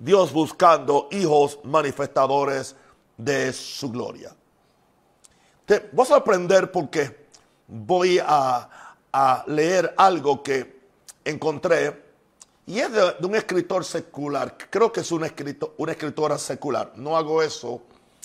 Dios buscando hijos manifestadores de su gloria. Te voy a sorprender porque voy a leer algo que encontré y es de un escritor secular. Creo que es una escritora secular. No hago eso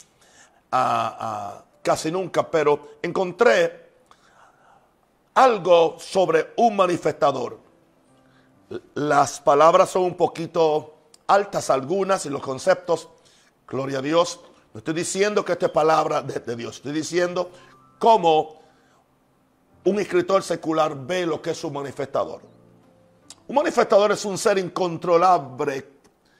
casi nunca, pero encontré algo sobre un manifestador. Las palabras son un poquito altas algunas y los conceptos, gloria a Dios. No estoy diciendo que esta es palabra de Dios. Estoy diciendo cómo un escritor secular ve lo que es un manifestador. Un manifestador es un ser incontrolable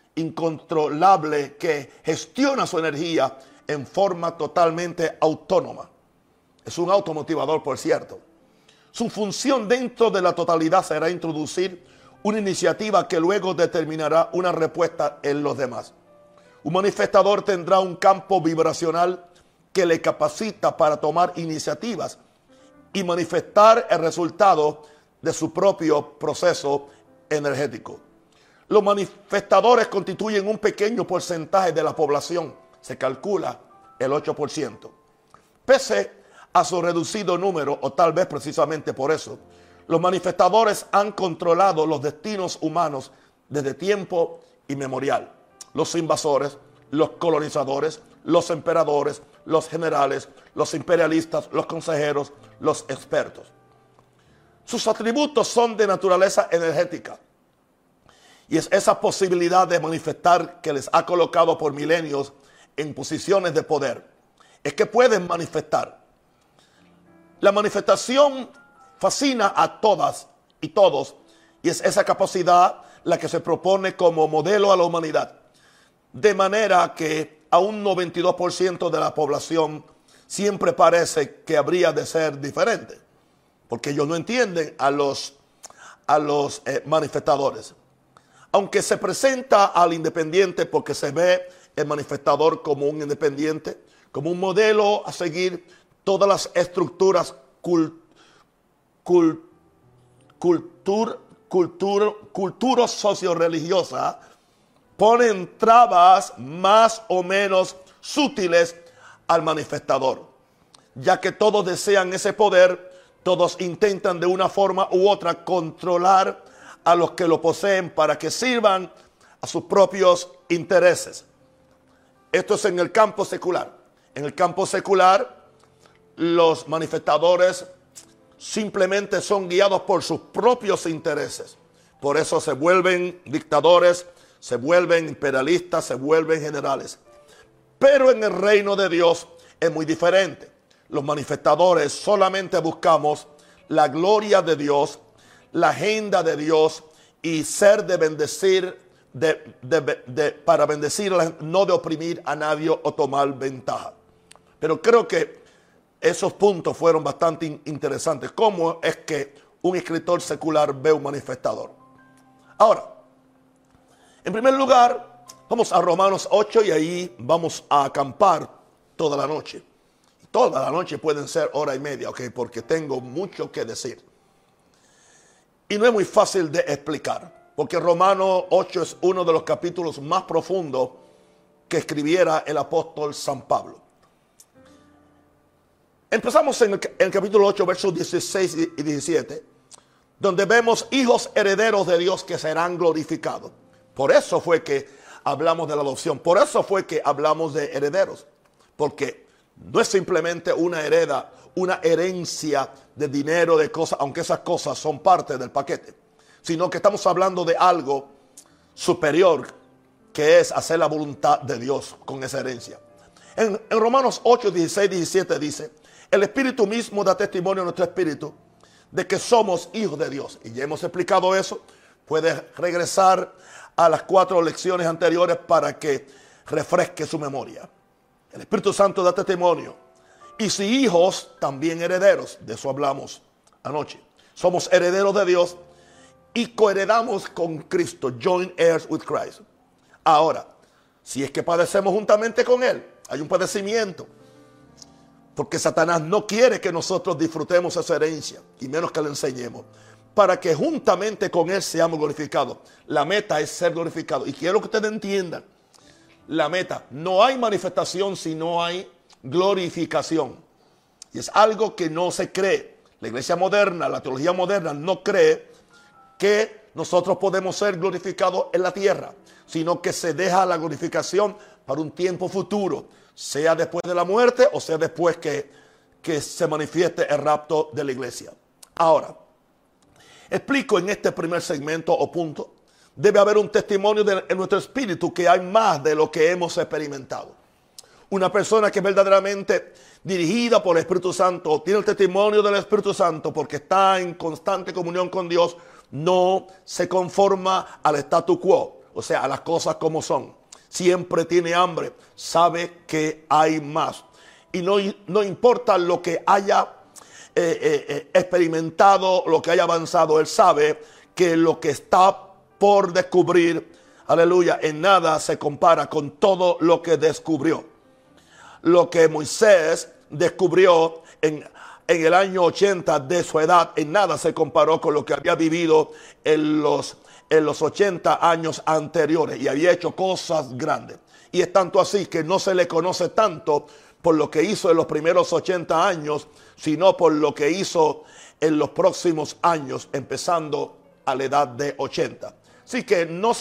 que gestiona su energía en forma totalmente autónoma. Es un automotivador, por cierto. Su función dentro de la totalidad será introducir una iniciativa que luego determinará una respuesta en los demás. Un manifestador tendrá un campo vibracional que le capacita para tomar iniciativas y manifestar el resultado de su propio proceso energético. Los manifestadores constituyen un pequeño porcentaje de la población, se calcula el 8%. Pese a su reducido número, o tal vez precisamente por eso, los manifestadores han controlado los destinos humanos desde tiempo inmemorial. Los invasores, los colonizadores, los emperadores, los generales, los imperialistas, los consejeros, los expertos. Sus atributos son de naturaleza energética. Y es esa posibilidad de manifestar que les ha colocado por milenios en posiciones de poder. Es que pueden manifestar. La manifestación fascina a todas y todos, y es esa capacidad la que se propone como modelo a la humanidad, de manera que a un 92% de la población siempre parece que habría de ser diferente, porque ellos no entienden a los manifestadores. Aunque se presenta al independiente porque se ve el manifestador como un independiente, como un modelo a seguir, todas las estructuras cultura socio-religiosa ponen trabas más o menos sutiles al manifestador, ya que todos desean ese poder, todos intentan de una forma u otra controlar a los que lo poseen para que sirvan a sus propios intereses. Esto es en el campo secular. En el campo secular, los manifestadores simplemente son guiados por sus propios intereses. Por eso se vuelven dictadores, se vuelven imperialistas, se vuelven generales. Pero en el reino de Dios es muy diferente. Los manifestadores solamente buscamos la gloria de Dios, la agenda de Dios y ser de bendecir, para bendecir, no de oprimir a nadie o tomar ventaja. Pero creo que esos puntos fueron bastante interesantes. ¿Cómo es que un escritor secular ve un manifestador? Ahora, en primer lugar, vamos a Romanos 8 y ahí vamos a acampar toda la noche. Toda la noche pueden ser hora y media, ¿ok? Porque tengo mucho que decir. Y no es muy fácil de explicar, porque Romanos 8 es uno de los capítulos más profundos que escribiera el apóstol San Pablo. Empezamos en el capítulo 8, versos 16 y 17, donde vemos hijos herederos de Dios que serán glorificados. Por eso fue que hablamos de la adopción, por eso fue que hablamos de herederos, porque no es simplemente una herencia de dinero, de cosas, aunque esas cosas son parte del paquete, sino que estamos hablando de algo superior, que es hacer la voluntad de Dios con esa herencia. En Romanos 8, 16, 17 dice: el Espíritu mismo da testimonio a nuestro espíritu de que somos hijos de Dios. Y ya hemos explicado eso. Puedes regresar a las 4 lecciones anteriores para que refresque su memoria. El Espíritu Santo da testimonio. Y si hijos, también herederos. De eso hablamos anoche. Somos herederos de Dios y coheredamos con Cristo. Joint heirs with Christ. Ahora, si es que padecemos juntamente con Él, hay un padecimiento. Porque Satanás no quiere que nosotros disfrutemos esa herencia, y menos que le enseñemos. para que juntamente con Él seamos glorificados. La meta es ser glorificados. Y quiero que ustedes entiendan, la meta, no hay manifestación si no hay glorificación. Y es algo que no se cree. La iglesia moderna, la teología moderna no cree que nosotros podemos ser glorificados en la tierra, sino que se deja la glorificación para un tiempo futuro, sea después de la muerte o sea después que se manifieste el rapto de la iglesia. Ahora, explico en este primer segmento o punto, debe haber un testimonio en nuestro espíritu que hay más de lo que hemos experimentado. Una persona que es verdaderamente dirigida por el Espíritu Santo, tiene el testimonio del Espíritu Santo porque está en constante comunión con Dios, no se conforma al statu quo, o sea, a las cosas como son. Siempre tiene hambre, sabe que hay más. Y no importa lo que haya experimentado, lo que haya avanzado, él sabe que lo que está por descubrir, aleluya, en nada se compara con todo lo que descubrió. Lo que Moisés descubrió en el año 80 de su edad, en nada se comparó con lo que había vivido en los 80 años anteriores, y había hecho cosas grandes. Y es tanto así que no se le conoce tanto por lo que hizo en los primeros 80 años, sino por lo que hizo en los próximos años, empezando a la edad de 80. Así que no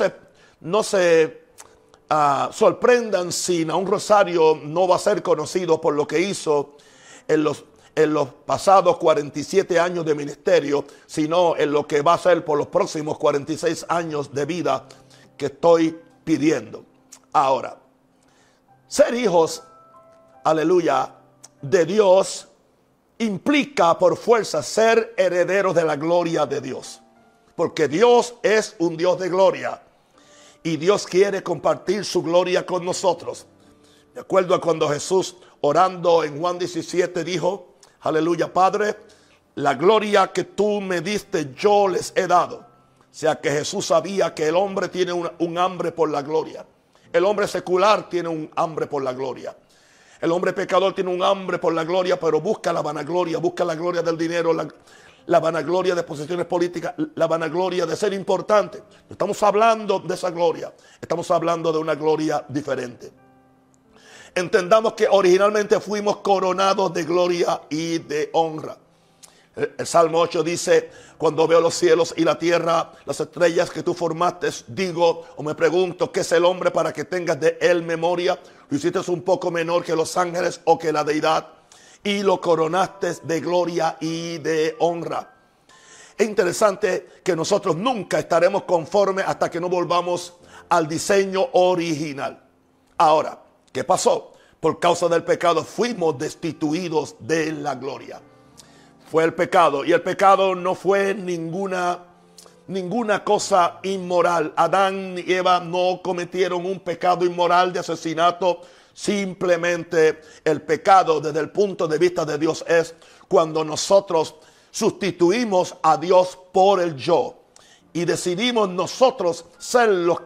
se sorprendan si Nahum Rosario no va a ser conocido por lo que hizo en los pasados 47 años de ministerio, sino en lo que va a ser por los próximos 46 años de vida que estoy pidiendo. Ahora, ser hijos, aleluya, de Dios implica por fuerza ser herederos de la gloria de Dios. Porque Dios es un Dios de gloria. Y Dios quiere compartir su gloria con nosotros. De acuerdo a cuando Jesús, orando en Juan 17, dijo, aleluya, Padre, la gloria que tú me diste yo les he dado. O sea que Jesús sabía que el hombre tiene un hambre por la gloria. El hombre secular tiene un hambre por la gloria. El hombre pecador tiene un hambre por la gloria, pero busca la vanagloria, busca la gloria del dinero, la vanagloria de posiciones políticas, la vanagloria de ser importante. No estamos hablando de esa gloria, estamos hablando de una gloria diferente. Entendamos que originalmente fuimos coronados de gloria y de honra. El Salmo 8 dice, cuando veo los cielos y la tierra, las estrellas que tú formaste, digo o me pregunto, ¿qué es el hombre para que tengas de él memoria? Lo hiciste un poco menor que los ángeles o que la deidad y lo coronaste de gloria y de honra. Es interesante que nosotros nunca estaremos conformes hasta que no volvamos al diseño original. Ahora, ¿qué pasó? Por causa del pecado fuimos destituidos de la gloria. Fue el pecado, y el pecado no fue ninguna cosa inmoral. Adán y Eva no cometieron un pecado inmoral de asesinato. Simplemente el pecado desde el punto de vista de Dios es cuando nosotros sustituimos a Dios por el yo y decidimos nosotros ser los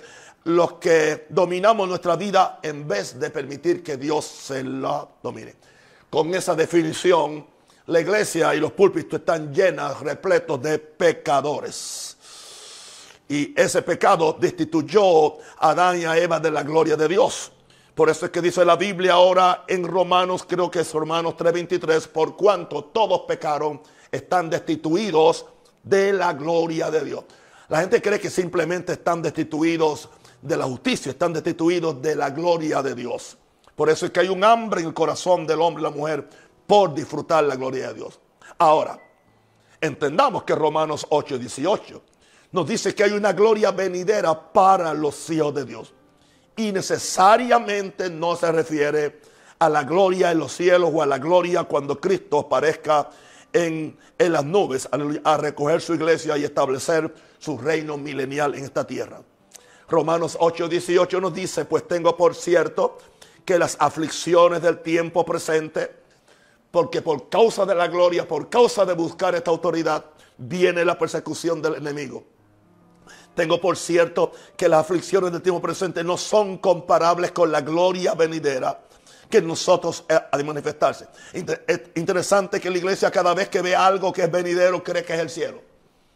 que dominamos nuestra vida en vez de permitir que Dios se la domine. Con esa definición, la iglesia y los púlpitos están llenos, repletos de pecadores. Y ese pecado destituyó a Adán y a Eva de la gloria de Dios. Por eso es que dice la Biblia ahora en Romanos, creo que es Romanos 3:23, por cuanto todos pecaron, están destituidos de la gloria de Dios. La gente cree que simplemente están destituidos de la justicia, están destituidos de la gloria de Dios. Por eso es que hay un hambre en el corazón del hombre y la mujer por disfrutar la gloria de Dios. Ahora, entendamos que Romanos 8:18 nos dice que hay una gloria venidera para los hijos de Dios. Y necesariamente no se refiere a la gloria en los cielos o a la gloria cuando Cristo aparezca en las nubes a recoger su iglesia y establecer su reino milenial en esta tierra. Romanos 8:18 nos dice, pues tengo por cierto que las aflicciones del tiempo presente, porque por causa de la gloria, por causa de buscar esta autoridad, viene la persecución del enemigo. Tengo por cierto que las aflicciones del tiempo presente no son comparables con la gloria venidera que nosotros ha de manifestarse. Es interesante que la iglesia cada vez que ve algo que es venidero cree que es el cielo.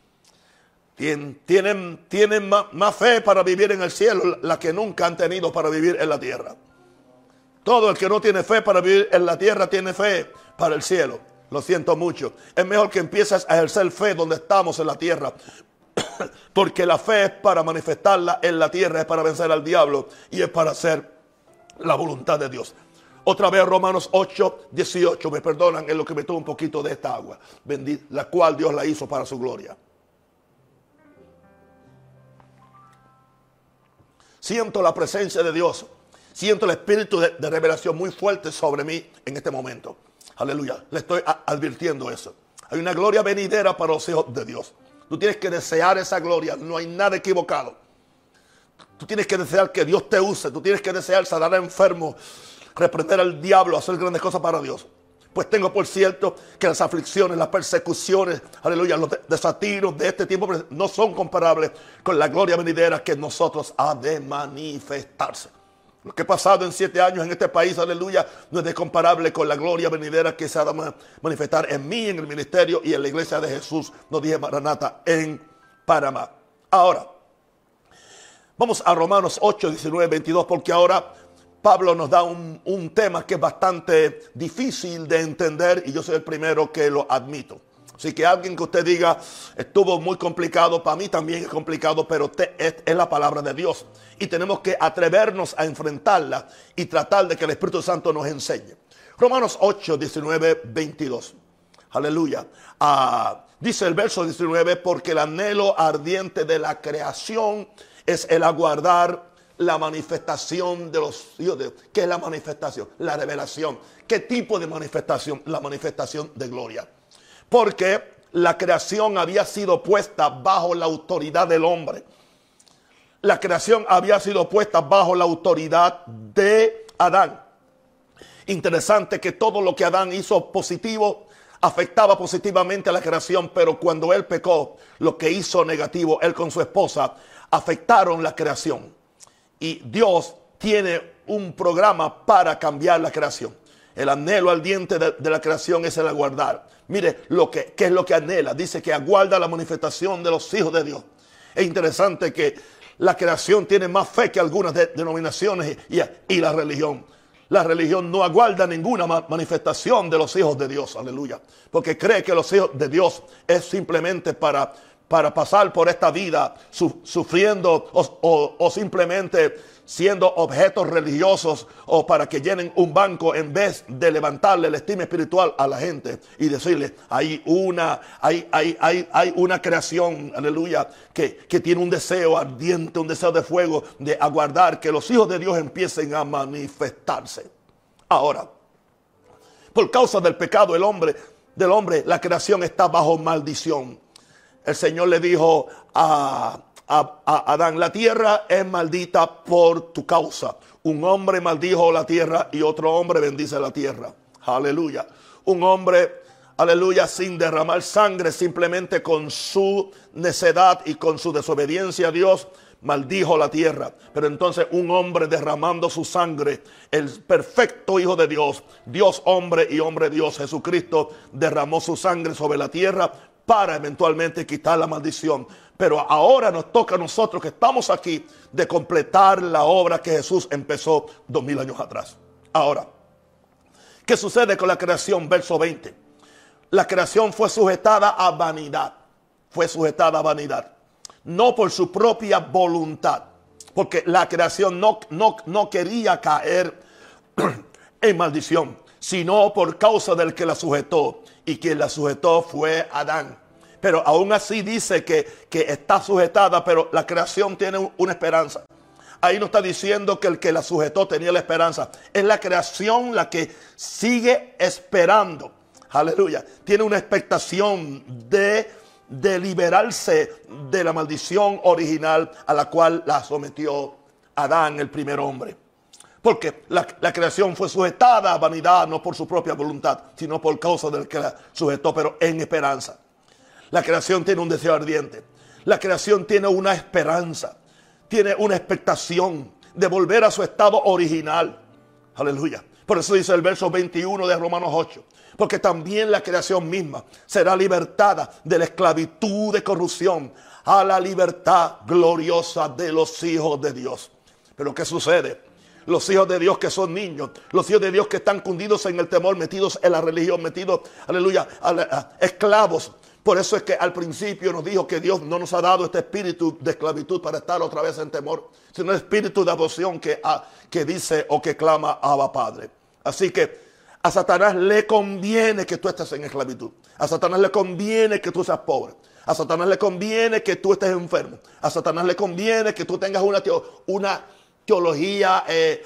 Tienen más fe para vivir en el cielo, la que nunca han tenido para vivir en la tierra. Todo el que no tiene fe para vivir en la tierra tiene fe para el cielo. Lo siento mucho. Es mejor que empieces a ejercer fe donde estamos en la tierra. Porque la fe es para manifestarla en la tierra, es para vencer al diablo y es para hacer la voluntad de Dios. Otra vez Romanos 8:18. Me perdonan en lo que me tomo un poquito de esta agua. La cual Dios la hizo para su gloria. Siento la presencia de Dios. Siento el espíritu de revelación muy fuerte sobre mí en este momento. Aleluya. Le estoy advirtiendo eso. Hay una gloria venidera para los hijos de Dios. Tú tienes que desear esa gloria. No hay nada equivocado. Tú tienes que desear que Dios te use. Tú tienes que desear sanar a enfermos, reprender al diablo, hacer grandes cosas para Dios. Pues tengo por cierto que las aflicciones, las persecuciones, aleluya, los desatinos de este tiempo no son comparables con la gloria venidera que en nosotros ha de manifestarse. Lo que he pasado en 7 años en este país, aleluya, no es descomparable con la gloria venidera que se ha de manifestar en mí, en el ministerio y en la iglesia de Jesús, nos dije Maranata, en Panamá. Ahora, vamos a Romanos 8:19-22, porque ahora Pablo nos da un tema que es bastante difícil de entender y yo soy el primero que lo admito. Así que alguien que usted diga, estuvo muy complicado, para mí también es complicado, pero es la palabra de Dios. Y tenemos que atrevernos a enfrentarla y tratar de que el Espíritu Santo nos enseñe. Romanos 8:19-22. Aleluya. Dice el verso 19, porque el anhelo ardiente de la creación es el aguardar la manifestación de los hijos de Dios. ¿Qué es la manifestación? La revelación. ¿Qué tipo de manifestación? La manifestación de gloria. Porque la creación había sido puesta bajo la autoridad del hombre. La creación había sido puesta bajo la autoridad de Adán. Interesante que todo lo que Adán hizo positivo afectaba positivamente a la creación, pero cuando él pecó, lo que hizo negativo, él con su esposa, afectaron la creación. Y Dios tiene un programa para cambiar la creación. El anhelo ardiente de la creación es el aguardar. Mire, ¿qué es lo que anhela? Dice que aguarda la manifestación de los hijos de Dios. Es interesante que la creación tiene más fe que algunas denominaciones y la religión. La religión no aguarda ninguna manifestación de los hijos de Dios. Aleluya. Porque cree que los hijos de Dios es simplemente para pasar por esta vida sufriendo o simplemente siendo objetos religiosos o para que llenen un banco en vez de levantarle la estima espiritual a la gente y decirle, hay una creación, aleluya, que tiene un deseo ardiente, un deseo de fuego de aguardar que los hijos de Dios empiecen a manifestarse. Ahora, por causa del pecado del hombre, la creación está bajo maldición. El Señor le dijo a Adán, la tierra es maldita por tu causa. Un hombre maldijo la tierra y otro hombre bendice la tierra. Aleluya. Un hombre, aleluya, sin derramar sangre, simplemente con su necedad y con su desobediencia a Dios, maldijo la tierra. Pero entonces un hombre derramando su sangre, el perfecto Hijo de Dios, Dios hombre y hombre Dios, Jesucristo, derramó su sangre sobre la tierra para eventualmente quitar la maldición. Pero ahora nos toca a nosotros que estamos aquí de completar la obra que Jesús empezó 2000 años atrás. Ahora, ¿qué sucede con la creación? Verso 20. La creación fue sujetada a vanidad. Fue sujetada a vanidad. No por su propia voluntad. Porque la creación no quería caer en maldición, sino por causa del que la sujetó. Y quien la sujetó fue Adán. Pero aún así dice que está sujetada, pero la creación tiene una esperanza. Ahí no está diciendo que el que la sujetó tenía la esperanza. Es la creación la que sigue esperando. Aleluya. Tiene una expectación de liberarse de la maldición original a la cual la sometió Adán, el primer hombre. Porque la creación fue sujetada a vanidad, no por su propia voluntad, sino por causa del que la sujetó, pero en esperanza. La creación tiene un deseo ardiente. La creación tiene una esperanza. Tiene una expectación de volver a su estado original. Aleluya. Por eso dice el verso 21 de Romanos 8. Porque también la creación misma será libertada de la esclavitud de corrupción a la libertad gloriosa de los hijos de Dios. Pero ¿qué sucede? Los hijos de Dios que son niños, los hijos de Dios que están cundidos en el temor, metidos en la religión, metidos, aleluya, esclavos. Por eso es que al principio nos dijo que Dios no nos ha dado este espíritu de esclavitud para estar otra vez en temor, sino el espíritu de adopción que dice o que clama Abba Padre. Así que a Satanás le conviene que tú estés en esclavitud. A Satanás le conviene que tú seas pobre. A Satanás le conviene que tú estés enfermo. A Satanás le conviene que tú tengas una teología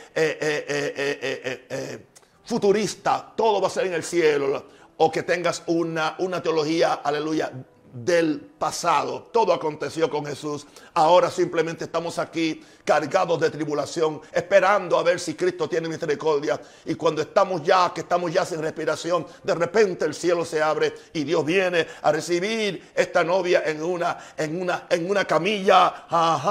futurista. Todo va a ser en el cielo. O que tengas una teología, aleluya, del pasado. Todo aconteció con Jesús. Ahora simplemente estamos aquí cargados de tribulación, esperando a ver si Cristo tiene misericordia. Y cuando estamos ya sin respiración, de repente el cielo se abre y Dios viene a recibir esta novia en una camilla.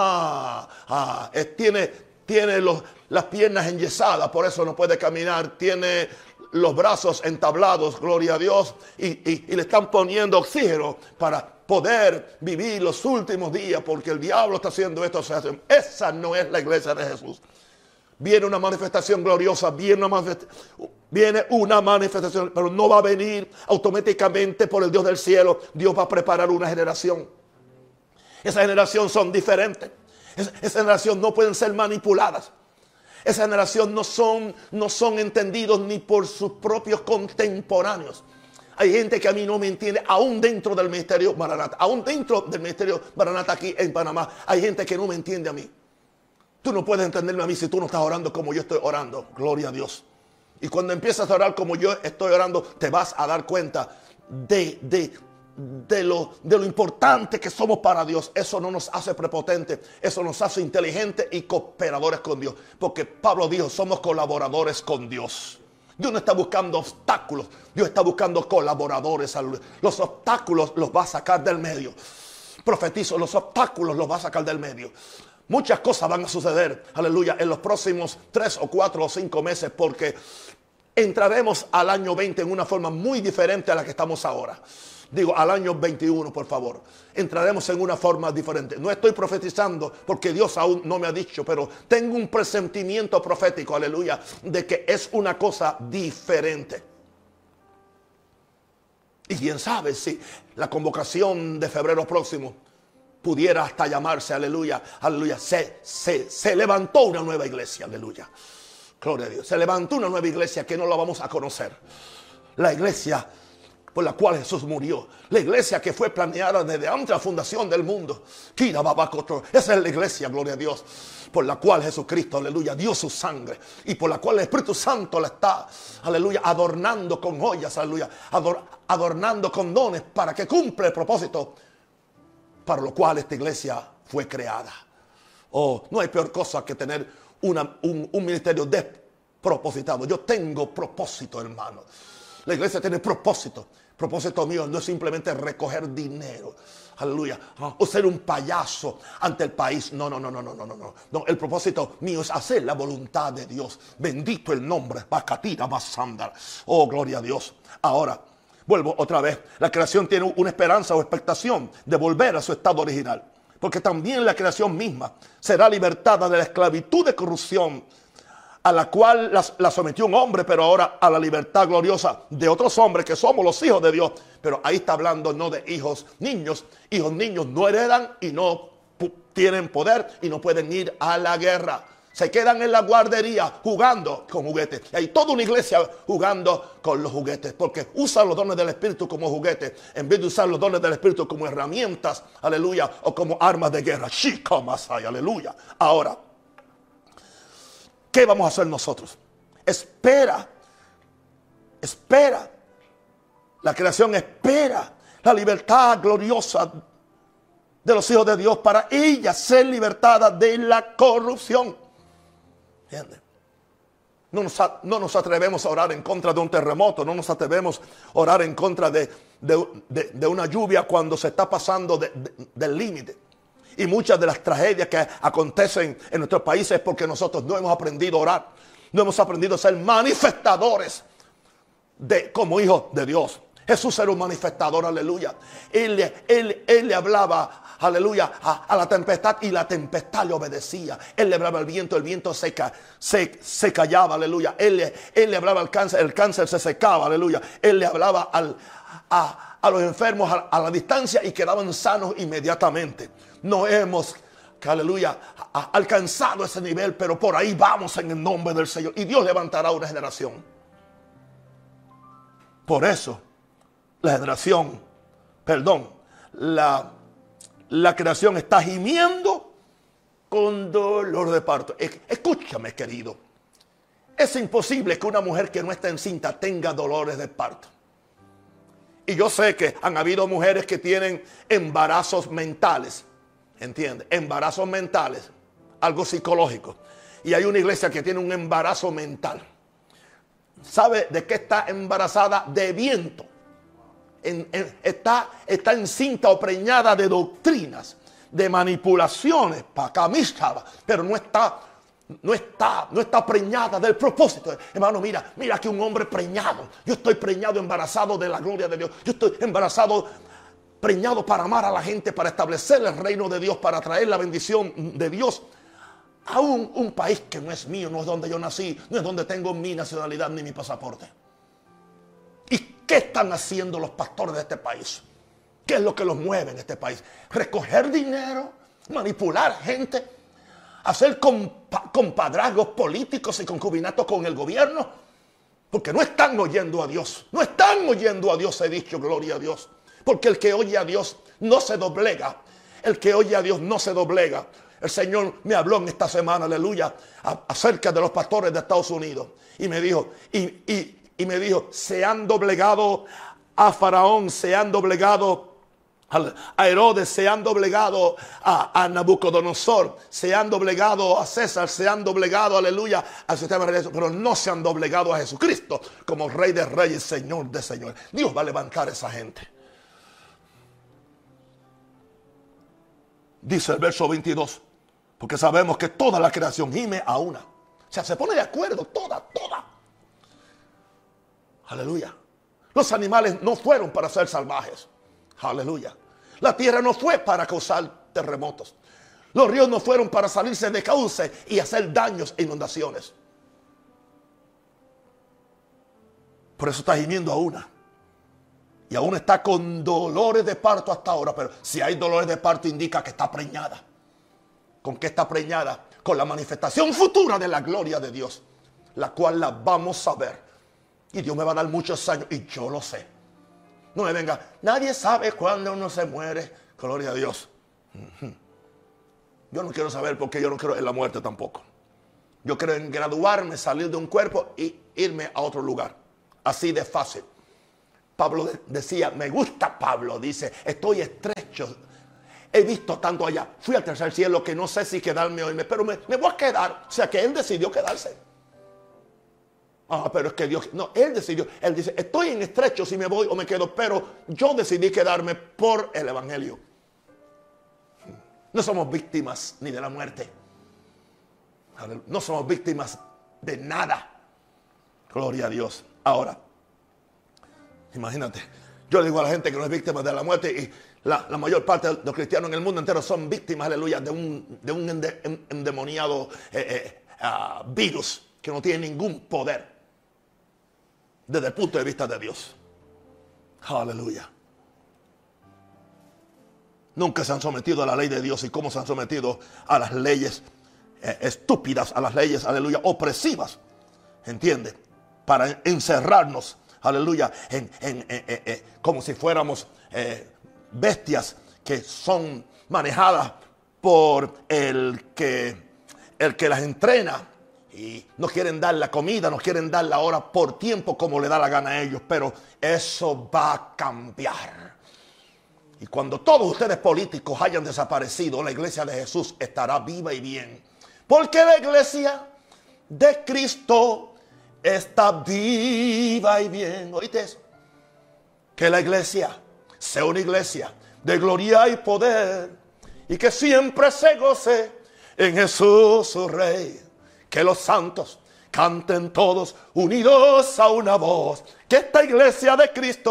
Tiene las piernas enyesadas, por eso no puede caminar. Tiene los brazos entablados, gloria a Dios, y le están poniendo oxígeno para poder vivir los últimos días, porque el diablo está haciendo esto. Esa no es la iglesia de Jesús. Viene una manifestación gloriosa, viene una manifestación, pero no va a venir automáticamente por el Dios del cielo. Dios va a preparar una generación. Esa generación son diferentes. Esa generación no pueden ser manipuladas. Esa generación no son entendidos ni por sus propios contemporáneos. Hay gente que a mí no me entiende, aún dentro del ministerio Maranata. Aún dentro del ministerio Maranata aquí en Panamá, hay gente que no me entiende a mí. Tú no puedes entenderme a mí si tú no estás orando como yo estoy orando. Gloria a Dios. Y cuando empiezas a orar como yo estoy orando, te vas a dar cuenta de lo importante que somos para Dios. Eso no nos hace prepotentes, eso nos hace inteligentes y cooperadores con Dios, porque Pablo dijo, somos colaboradores con Dios. Dios no está buscando obstáculos, Dios está buscando colaboradores. Los obstáculos los va a sacar del medio. Profetizo, los obstáculos los va a sacar del medio. Muchas cosas van a suceder, aleluya, en los próximos 3 o 4 o 5 meses, porque entraremos al año 20 en una forma muy diferente a la que estamos ahora. Digo, al año 21, por favor. Entraremos en una forma diferente. No estoy profetizando porque Dios aún no me ha dicho, pero tengo un presentimiento profético, aleluya, de que es una cosa diferente. Y quién sabe si la convocación de febrero próximo pudiera hasta llamarse, aleluya, aleluya, se levantó una nueva iglesia, aleluya. Gloria a Dios. Se levantó una nueva iglesia que no la vamos a conocer. La iglesia por la cual Jesús murió. La iglesia que fue planeada desde antes de la fundación del mundo. Esa es la iglesia, gloria a Dios, por la cual Jesucristo, aleluya, dio su sangre. Y por la cual el Espíritu Santo la está, aleluya, adornando con joyas, aleluya, adornando con dones para que cumpla el propósito para lo cual esta iglesia fue creada. No hay peor cosa que tener un ministerio despropositado. Yo tengo propósito, hermano. La iglesia tiene propósito. Propósito mío no es simplemente recoger dinero, aleluya, o ser un payaso ante el país. No. El propósito mío es hacer la voluntad de Dios. Bendito el nombre. Oh, gloria a Dios. Ahora, vuelvo otra vez. La creación tiene una esperanza o expectación de volver a su estado original. Porque también la creación misma será libertada de la esclavitud de corrupción a la cual la sometió un hombre, pero ahora a la libertad gloriosa de otros hombres que somos los hijos de Dios. Pero ahí está hablando no de hijos niños. Hijos niños no heredan y no tienen poder y no pueden ir a la guerra. Se quedan en la guardería jugando con juguetes. Y hay toda una iglesia jugando con los juguetes, porque usan los dones del Espíritu como juguetes en vez de usar los dones del Espíritu como herramientas, aleluya, o como armas de guerra. Shikamasai, aleluya. Ahora, ¿qué vamos a hacer nosotros? Espera. La creación espera la libertad gloriosa de los hijos de Dios para ella ser libertada de la corrupción. ¿Entiendes? No nos atrevemos a orar en contra de un terremoto. No nos atrevemos a orar en contra de una lluvia cuando se está pasando del límite. Y muchas de las tragedias que acontecen en nuestros países es porque nosotros no hemos aprendido a orar. No hemos aprendido a ser manifestadores como hijos de Dios. Jesús era un manifestador, aleluya. Él le hablaba, aleluya, a la tempestad y la tempestad le obedecía. Él le hablaba al viento, el viento se callaba, aleluya. Él le hablaba al cáncer, el cáncer se secaba, aleluya. Él le hablaba a los enfermos a la distancia y quedaban sanos inmediatamente. No hemos, aleluya, alcanzado ese nivel, pero por ahí vamos en el nombre del Señor. Y Dios levantará una generación. Por eso, la creación está gimiendo con dolor de parto. Escúchame, querido. Es imposible que una mujer que no está encinta tenga dolores de parto. Y yo sé que han habido mujeres que tienen embarazos mentales. ¿Entiendes? Embarazos mentales. Algo psicológico. Y hay una iglesia que tiene un embarazo mental. ¿Sabe de qué está embarazada? De viento. Está encinta o preñada de doctrinas, de manipulaciones, pero no está preñada del propósito. Hermano, mira que un hombre preñado. Yo estoy preñado, embarazado de la gloria de Dios. Yo estoy embarazado, preñado para amar a la gente, para establecer el reino de Dios, para traer la bendición de Dios a un país que no es mío, no es donde yo nací, no es donde tengo mi nacionalidad ni mi pasaporte. ¿Y qué están haciendo los pastores de este país? ¿Qué es lo que los mueve en este país? Recoger dinero, manipular gente, hacer compadrazgos políticos y concubinatos con el gobierno, porque no están oyendo a Dios. No están oyendo a Dios, he dicho, gloria a Dios. Porque el que oye a Dios no se doblega. El que oye a Dios no se doblega. El Señor me habló en esta semana, aleluya, acerca de los pastores de Estados Unidos. Y me dijo, se han doblegado a Faraón, se han doblegado a Herodes, se han doblegado a Nabucodonosor, se han doblegado a César, se han doblegado, aleluya, al sistema religioso, pero no se han doblegado a Jesucristo como Rey de Reyes, Señor de Señores. Dios va a levantar a esa gente. Dice el verso 22, porque sabemos que toda la creación gime a una. O sea, se pone de acuerdo, toda. Aleluya. Los animales no fueron para ser salvajes. Aleluya. La tierra no fue para causar terremotos. Los ríos no fueron para salirse de cauce y hacer daños e inundaciones. Por eso está gimiendo a una. Y aún está con dolores de parto hasta ahora. Pero si hay dolores de parto indica que está preñada. ¿Con qué está preñada? Con la manifestación futura de la gloria de Dios. La cual la vamos a ver. Y Dios me va a dar muchos años. Y yo lo sé. No me venga. Nadie sabe cuándo uno se muere. Gloria a Dios. Yo no quiero saber porque yo no quiero en la muerte tampoco. Yo quiero en graduarme, salir de un cuerpo y irme a otro lugar. Así de fácil. Pablo decía, me gusta Pablo, dice, estoy estrecho. He visto tanto allá. Fui al tercer cielo que no sé si quedarme o irme, pero me voy a quedar. O sea que él decidió quedarse. Pero es que Dios, no, él decidió. Él dice, estoy en estrecho si me voy o me quedo, pero yo decidí quedarme por el evangelio. No somos víctimas ni de la muerte. No somos víctimas de nada. Gloria a Dios. Ahora, imagínate, yo le digo a la gente que no es víctima de la muerte y la mayor parte de los cristianos en el mundo entero son víctimas, aleluya, de un endemoniado virus que no tiene ningún poder desde el punto de vista de Dios. Aleluya. Nunca se han sometido a la ley de Dios y cómo se han sometido a las leyes estúpidas, a las leyes, aleluya, opresivas. ¿Entiende? Para encerrarnos, aleluya, como si fuéramos bestias que son manejadas por el que las entrena. Y no quieren dar la comida, no quieren dar la hora por tiempo como le da la gana a ellos. Pero eso va a cambiar. Y cuando todos ustedes políticos hayan desaparecido, la iglesia de Jesús estará viva y bien. Porque la iglesia de Cristo está viva y bien. ¿Oíste eso? Que la iglesia sea una iglesia de gloria y poder. Y que siempre se goce en Jesús su Rey. Que los santos canten todos unidos a una voz. Que esta iglesia de Cristo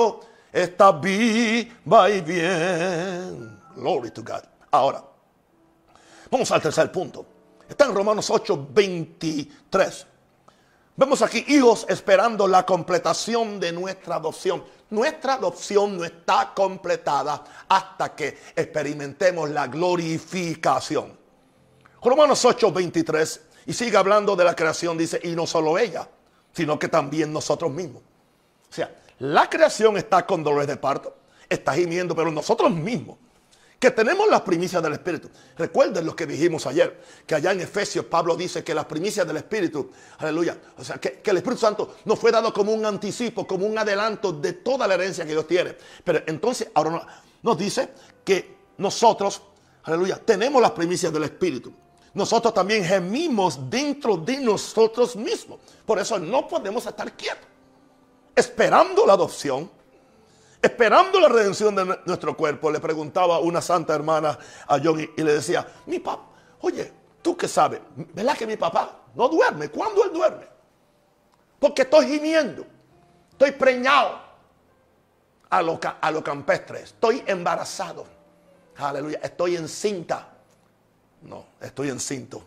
está viva y bien. Glory to God. Ahora, vamos al tercer punto. Está en Romanos 8:23. Vemos aquí, hijos esperando la completación de nuestra adopción. Nuestra adopción no está completada hasta que experimentemos la glorificación. Romanos 8:23, y sigue hablando de la creación, dice, y no solo ella, sino que también nosotros mismos. O sea, la creación está con dolores de parto, está gimiendo, pero nosotros mismos, que tenemos las primicias del Espíritu. Recuerden lo que dijimos ayer, que allá en Efesios Pablo dice que las primicias del Espíritu, aleluya, o sea, que el Espíritu Santo nos fue dado como un anticipo, como un adelanto de toda la herencia que Dios tiene. Pero entonces ahora nos dice que nosotros, aleluya, tenemos las primicias del Espíritu. Nosotros también gemimos dentro de nosotros mismos. Por eso no podemos estar quietos, esperando la adopción, esperando la redención de nuestro cuerpo. Le preguntaba una santa hermana a John y le decía, mi papá, oye, ¿tú qué sabes? ¿Verdad que mi papá no duerme? ¿Cuándo él duerme? Porque estoy gimiendo, estoy preñado a lo campestre, estoy embarazado, aleluya, estoy encinta. No, estoy encinto.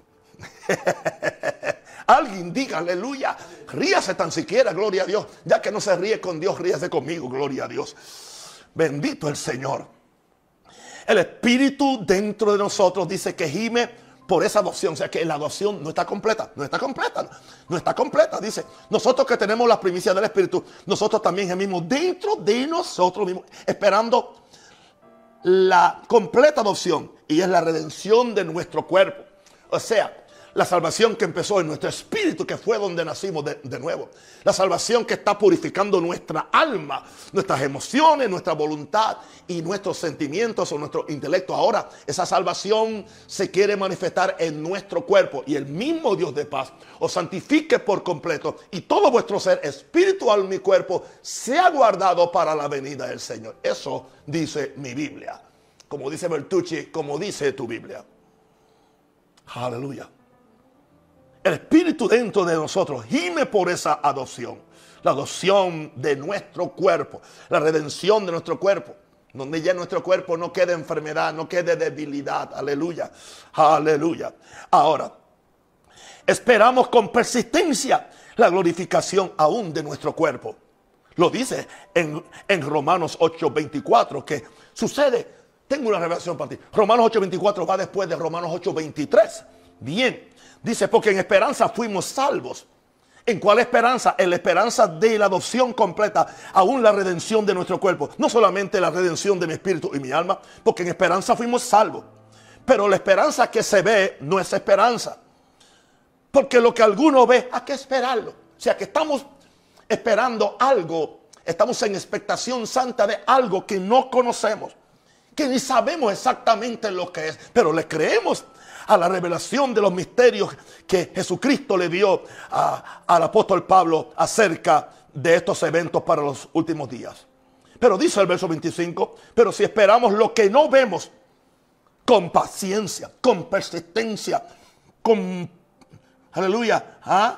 Alguien diga aleluya, ríase tan siquiera, gloria a Dios. Ya que no se ríe con Dios, ríase conmigo, gloria a Dios. Bendito el Señor. El Espíritu dentro de nosotros dice que gime por esa adopción. O sea que la adopción no está completa, no está completa, no está completa. Dice, nosotros que tenemos las primicias del Espíritu, nosotros también gemimos dentro de nosotros mismos, esperando la completa adopción, y es la redención de nuestro cuerpo. O sea, la salvación que empezó en nuestro espíritu, que fue donde nacimos de nuevo. La salvación que está purificando nuestra alma, nuestras emociones, nuestra voluntad y nuestros sentimientos o nuestro intelecto. Ahora, esa salvación se quiere manifestar en nuestro cuerpo, y el mismo Dios de paz os santifique por completo, y todo vuestro ser, espíritu, alma y cuerpo, sea guardado para la venida del Señor. Eso dice mi Biblia. Como dice Bertucci, como dice tu Biblia. Aleluya. El Espíritu dentro de nosotros gime por esa adopción. La adopción de nuestro cuerpo. La redención de nuestro cuerpo. Donde ya nuestro cuerpo no quede enfermedad, no quede debilidad. Aleluya. Aleluya. Ahora, esperamos con persistencia la glorificación aún de nuestro cuerpo. Lo dice en Romanos 8:24 que sucede. Tengo una revelación para ti. Romanos 8:24 va después de Romanos 8:23. Bien. Dice, porque en esperanza fuimos salvos. ¿En cuál esperanza? En la esperanza de la adopción completa, aún la redención de nuestro cuerpo. No solamente la redención de mi espíritu y mi alma, porque en esperanza fuimos salvos. Pero la esperanza que se ve no es esperanza. Porque lo que alguno ve, hay que esperarlo. O sea que estamos esperando algo, estamos en expectación santa de algo que no conocemos, que ni sabemos exactamente lo que es, pero le creemos a la revelación de los misterios que Jesucristo le dio al apóstol Pablo acerca de estos eventos para los últimos días. Pero dice el verso 25, pero si esperamos lo que no vemos, con paciencia, con persistencia, con, aleluya,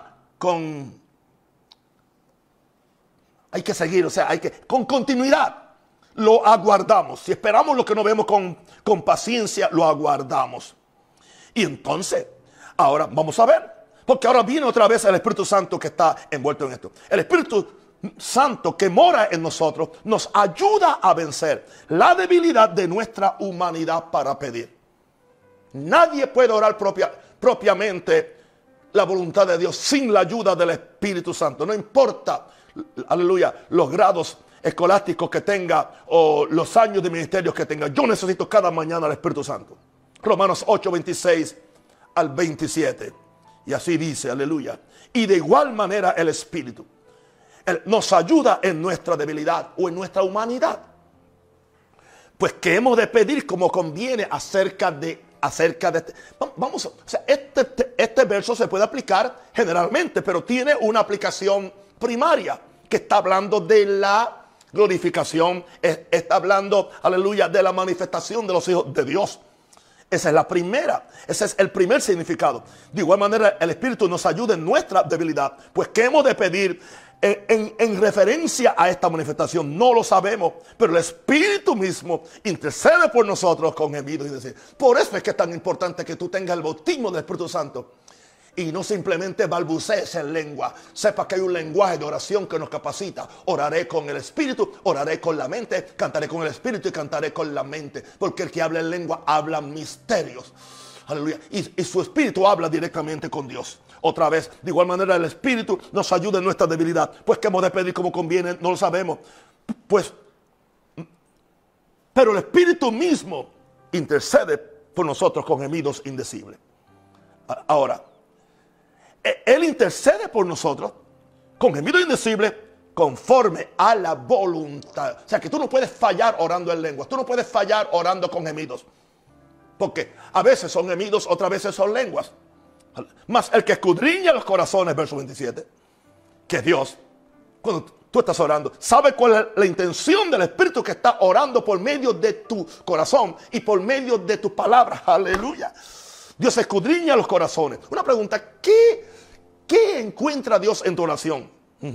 hay que seguir, o sea, con continuidad, lo aguardamos. Si esperamos lo que no vemos con paciencia, lo aguardamos. Y entonces, ahora vamos a ver, porque ahora viene otra vez el Espíritu Santo que está envuelto en esto. El Espíritu Santo que mora en nosotros nos ayuda a vencer la debilidad de nuestra humanidad para pedir. Nadie puede orar propiamente la voluntad de Dios sin la ayuda del Espíritu Santo. No importa, aleluya, los grados escolásticos que tenga o los años de ministerio que tenga. Yo necesito cada mañana al Espíritu Santo. Romanos 8, 26 al 27. Y así dice, aleluya. Y de igual manera el Espíritu nos ayuda en nuestra debilidad o en nuestra humanidad. Pues que hemos de pedir como conviene acerca de vamos, o sea, este verso se puede aplicar generalmente, pero tiene una aplicación primaria que está hablando de la glorificación, está hablando, aleluya, de la manifestación de los hijos de Dios. Esa es la primera, ese es el primer significado. De igual manera, el Espíritu nos ayuda en nuestra debilidad, pues que hemos de pedir en referencia a esta manifestación. No lo sabemos, pero el Espíritu mismo intercede por nosotros con gemidos indecibles. Por eso es que es tan importante que tú tengas el bautismo del Espíritu Santo y no simplemente balbucees en lengua. Sepa que hay un lenguaje de oración que nos capacita. Oraré con el Espíritu, oraré con la mente, cantaré con el Espíritu y cantaré con la mente. Porque el que habla en lengua habla misterios. Aleluya. Y su Espíritu habla directamente con Dios. Otra vez, de igual manera el Espíritu nos ayuda en nuestra debilidad. Pues que hemos de pedir como conviene, no lo sabemos. Pero el Espíritu mismo intercede por nosotros con gemidos indecibles. Ahora, Él intercede por nosotros con gemidos indecibles conforme a la voluntad. O sea que tú no puedes fallar orando en lenguas. Tú no puedes fallar orando con gemidos. Porque a veces son gemidos, otras veces son lenguas. Mas el que escudriña los corazones, verso 27, que Dios, cuando tú estás orando, sabe cuál es la intención del Espíritu que está orando por medio de tu corazón y por medio de tus palabras. Aleluya. Dios escudriña los corazones. Una pregunta, ¿qué encuentra Dios en tu oración?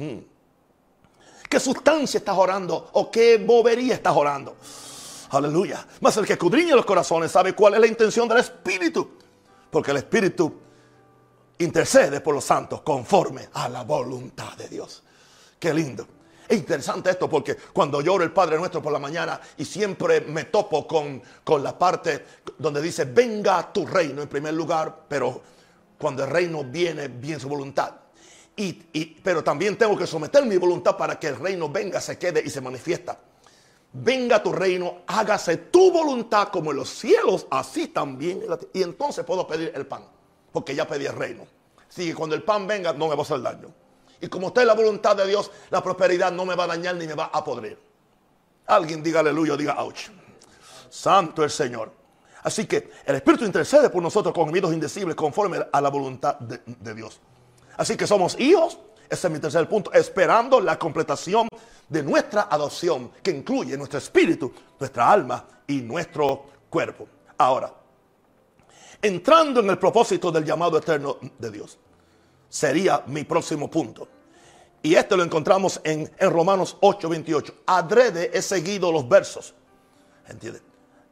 ¿Qué sustancia estás orando o qué bobería estás orando? Aleluya. Mas el que escudriña los corazones sabe cuál es la intención del Espíritu. Porque el Espíritu intercede por los santos conforme a la voluntad de Dios. Qué lindo. Es interesante esto porque cuando yo oro el Padre Nuestro por la mañana y siempre me topo con la parte donde dice venga tu reino en primer lugar, pero cuando el reino viene su voluntad. Pero también tengo que someter mi voluntad para que el reino venga, se quede y se manifiesta. Venga tu reino, hágase tu voluntad como en los cielos, así también en la tierra. Y entonces puedo pedir el pan, porque ya pedí el reino. Así que cuando el pan venga no me va a hacer daño. Y como está en la voluntad de Dios, la prosperidad no me va a dañar ni me va a podrir. Alguien diga aleluya o diga ouch. Santo el Señor. Así que el Espíritu intercede por nosotros con gemidos indecibles conforme a la voluntad de Dios. Así que somos hijos, ese es mi tercer punto, esperando la completación de nuestra adopción, que incluye nuestro espíritu, nuestra alma y nuestro cuerpo. Ahora, entrando en el propósito del llamado eterno de Dios, sería mi próximo punto. Y este lo encontramos en Romanos 8:28. Adrede he seguido los versos. ¿Entienden?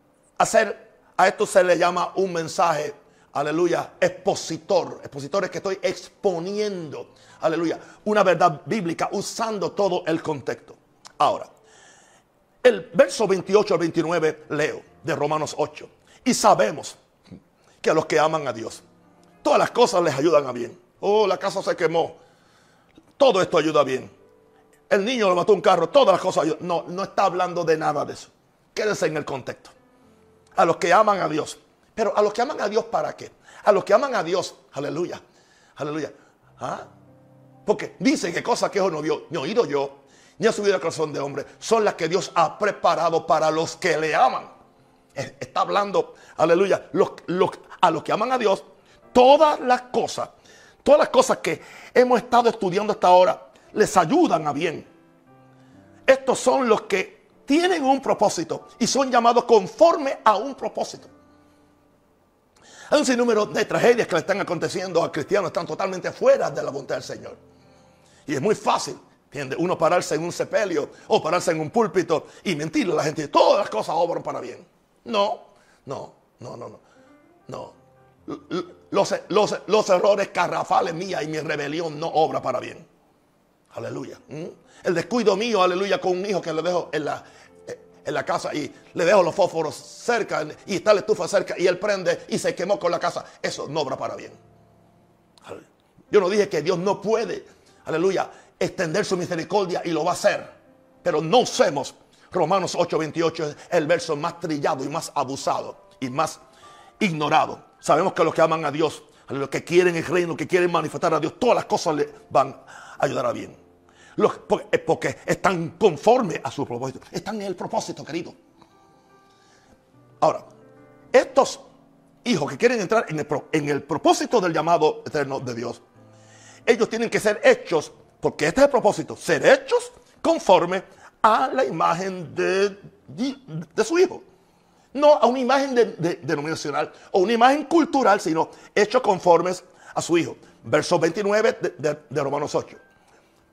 A esto se le llama un mensaje, aleluya, expositor. Expositor es que estoy exponiendo, aleluya, una verdad bíblica usando todo el contexto. Ahora, el verso 28 al 29 leo de Romanos 8. Y sabemos que a los que aman a Dios, todas las cosas les ayudan a bien. Oh, la casa se quemó. Todo esto ayuda bien. El niño lo mató un carro, todas las cosas ayudan. No está hablando de nada de eso. Quédese en el contexto. A los que aman a Dios. Pero a los que aman a Dios, ¿para qué? A los que aman a Dios, aleluya, aleluya. ¿Ah? Porque dice que cosas que ojo no vio, ni oído yo, ni ha subido al corazón de hombre, son las que Dios ha preparado para los que le aman. Está hablando, aleluya, a los que aman a Dios, todas las cosas que hemos estado estudiando hasta ahora, les ayudan a bien. Estos son los que tienen un propósito y son llamados conforme a un propósito. Hay un sinnúmero de tragedias que le están aconteciendo a cristianos, están totalmente fuera de la voluntad del Señor. Y es muy fácil, ¿entiende? Uno pararse en un sepelio o pararse en un púlpito y mentirle a la gente. Todas las cosas obran para bien. No. Los errores garrafales mías y mi rebelión no obra para bien. Aleluya. El descuido mío, aleluya, con un hijo que le dejo en la casa y le dejo los fósforos cerca y está la estufa cerca y él prende y se quemó con la casa. Eso no obra para bien. Aleluya. Yo no dije que Dios no puede, aleluya, extender su misericordia y lo va a hacer. Pero no usemos Romanos 8:28, el verso más trillado y más abusado y más ignorado. Sabemos que los que aman a Dios, los que quieren el reino, que quieren manifestar a Dios, todas las cosas le van a ayudar a bien. Porque están conforme a su propósito. Están en el propósito, querido. Ahora, estos hijos que quieren entrar en el propósito del llamado eterno de Dios, ellos tienen que ser hechos, porque este es el propósito, ser hechos conforme a la imagen de su hijo. No a una imagen denominacional o una imagen cultural, sino hechos conformes a su hijo. Verso 29 de Romanos 8.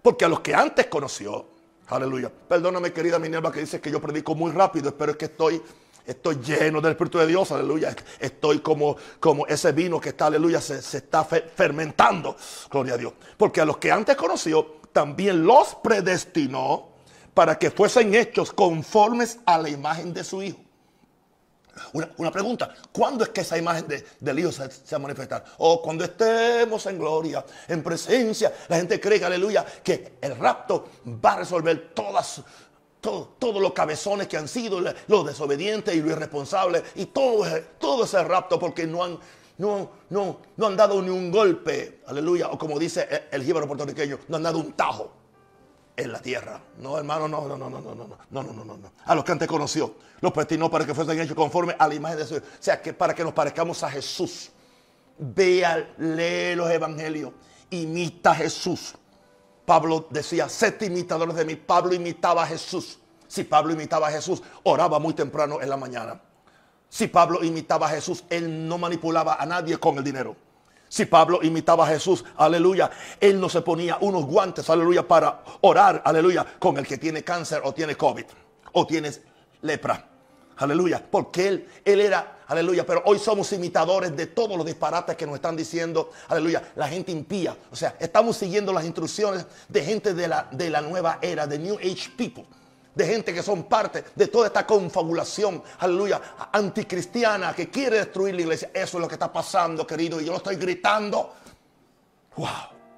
Porque a los que antes conoció, aleluya. Perdóname, querida Minerva, que dice que yo predico muy rápido, pero es que estoy lleno del Espíritu de Dios, aleluya. Estoy como ese vino que está, aleluya, se está fermentando, gloria a Dios. Porque a los que antes conoció, también los predestinó para que fuesen hechos conformes a la imagen de su Hijo. Una pregunta, ¿cuándo es que esa imagen del Hijo se va a manifestar? Cuando estemos en gloria, en presencia. La gente cree, aleluya, que el rapto va a resolver todos los cabezones que han sido, los desobedientes y los irresponsables, y todo ese rapto, porque no han dado ni un golpe, aleluya, o como dice el jíbaro puertorriqueño, no han dado un tajo en la tierra. No, hermano, no. A los que antes conoció, los predestinó para que fuesen hechos conforme a la imagen de su Hijo. O sea, que para que nos parezcamos a Jesús. Lee los evangelios, imita a Jesús. Pablo decía, sed imitadores de mí. Pablo imitaba a Jesús. Si Pablo imitaba a Jesús, oraba muy temprano en la mañana. Si Pablo imitaba a Jesús, él no manipulaba a nadie con el dinero. Si Pablo imitaba a Jesús, aleluya, él no se ponía unos guantes, aleluya, para orar, aleluya, con el que tiene cáncer o tiene COVID o tiene lepra. Aleluya, porque él era, aleluya, pero hoy somos imitadores de todos los disparates que nos están diciendo, aleluya, la gente impía. O sea, estamos siguiendo las instrucciones de gente de la nueva era, de New Age people. De gente que son parte de toda esta confabulación, aleluya, anticristiana, que quiere destruir la iglesia. Eso es lo que está pasando, querido, y yo lo estoy gritando. ¡Wow!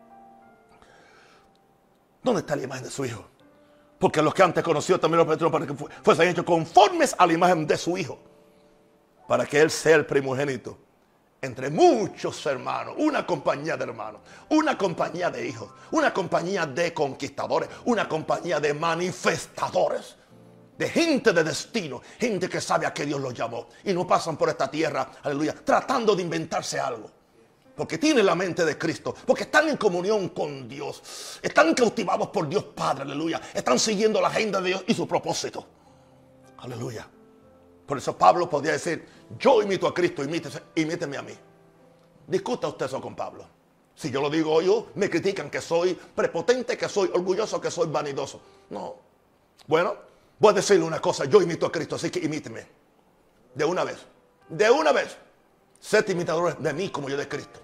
¿Dónde está la imagen de su Hijo? Porque los que antes conoció también los predestinó para que fuesen hechos conformes a la imagen de su Hijo, para que Él sea el primogénito entre muchos hermanos, una compañía de hermanos, una compañía de hijos, una compañía de conquistadores, una compañía de manifestadores, de gente de destino, gente que sabe a qué Dios los llamó y no pasan por esta tierra, aleluya, tratando de inventarse algo. Porque tienen la mente de Cristo, porque están en comunión con Dios, están cautivados por Dios Padre, aleluya, están siguiendo la agenda de Dios y su propósito, aleluya. Por eso Pablo podía decir, yo imito a Cristo, imíteme a mí. Discuta usted eso con Pablo. Si yo lo digo yo, me critican que soy prepotente, que soy orgulloso, que soy vanidoso. No. Bueno, voy a decirle una cosa, yo imito a Cristo, así que imíteme. De una vez. De una vez. Sed imitadores de mí como yo de Cristo.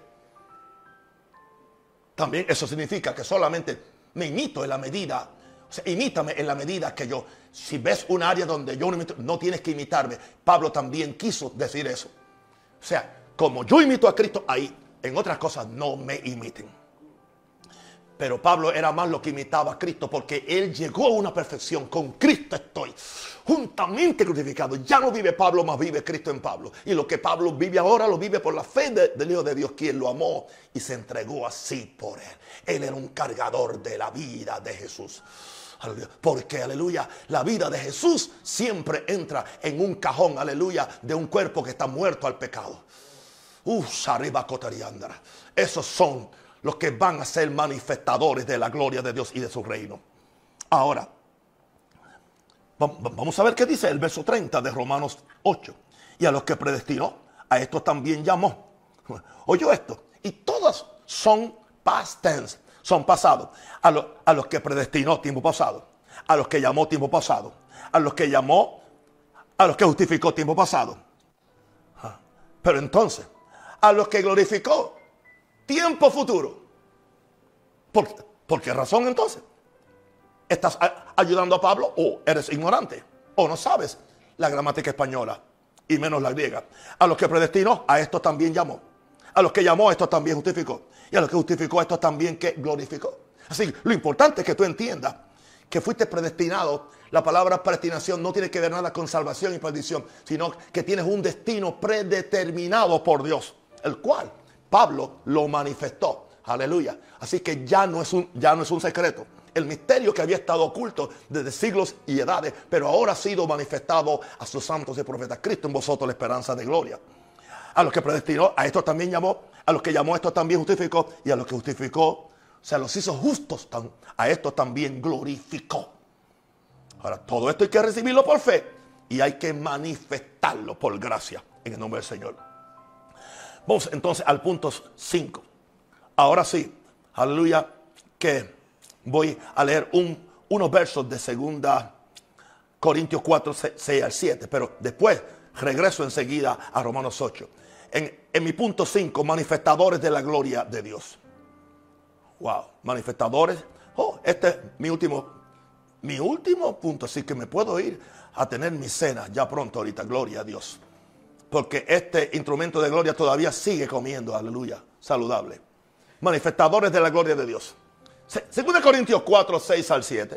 También eso significa que solamente me imito en la medida. O sea, imítame en la medida que yo. Si ves un área donde yo no imito, no tienes que imitarme. Pablo también quiso decir eso. O sea, como yo imito a Cristo, ahí, en otras cosas no me imiten. Pero Pablo era más lo que imitaba a Cristo, porque él llegó a una perfección. Con Cristo estoy juntamente crucificado. Ya no vive Pablo, más vive Cristo en Pablo. Y lo que Pablo vive ahora lo vive por la fe del Hijo de Dios, quien lo amó y se entregó así por él. Él era un cargador de la vida de Jesús. Aleluya. Porque, aleluya, la vida de Jesús siempre entra en un cajón, aleluya, de un cuerpo que está muerto al pecado. Esos son los que van a ser manifestadores de la gloria de Dios y de su reino. Ahora, vamos a ver qué dice el verso 30 de Romanos 8. Y a los que predestinó, a estos también llamó. Oye esto, y todas son past tense, son pasados. A los que predestinó, tiempo pasado. A los que llamó, tiempo pasado. A los que llamó, a los que justificó, tiempo pasado. Pero entonces, a los que glorificó, tiempo futuro. ¿Por qué razón entonces? ¿Estás ayudando a Pablo o eres ignorante? ¿O no sabes la gramática española y menos la griega? A los que predestinó, a estos también llamó. A los que llamó, a estos también justificó. Y a los que justificó, a estos también que glorificó. Así que lo importante es que tú entiendas que fuiste predestinado. La palabra predestinación no tiene que ver nada con salvación y perdición, sino que tienes un destino predeterminado por Dios, el cual Pablo lo manifestó. Aleluya. Así que ya no es un secreto. El misterio que había estado oculto desde siglos y edades, pero ahora ha sido manifestado a sus santos y profetas. Cristo en vosotros, la esperanza de gloria. A los que predestinó, a estos también llamó. A los que llamó, a estos también justificó. Y a los que justificó, o sea, los hizo justos, a estos también glorificó. Ahora, todo esto hay que recibirlo por fe y hay que manifestarlo por gracia en el nombre del Señor. Vamos entonces al punto 5. Ahora sí, aleluya, que Voy a leer unos versos de 2 Corintios 4, 6 al 7, pero después regreso enseguida a Romanos 8. En mi punto 5, manifestadores de la gloria de Dios. Wow, manifestadores. Oh, este es mi último punto, así que me puedo ir a tener mi cena ya pronto ahorita, gloria a Dios. Porque este instrumento de gloria todavía sigue comiendo, aleluya, saludable. Manifestadores de la gloria de Dios. 2 Corintios 4, 6 al 7.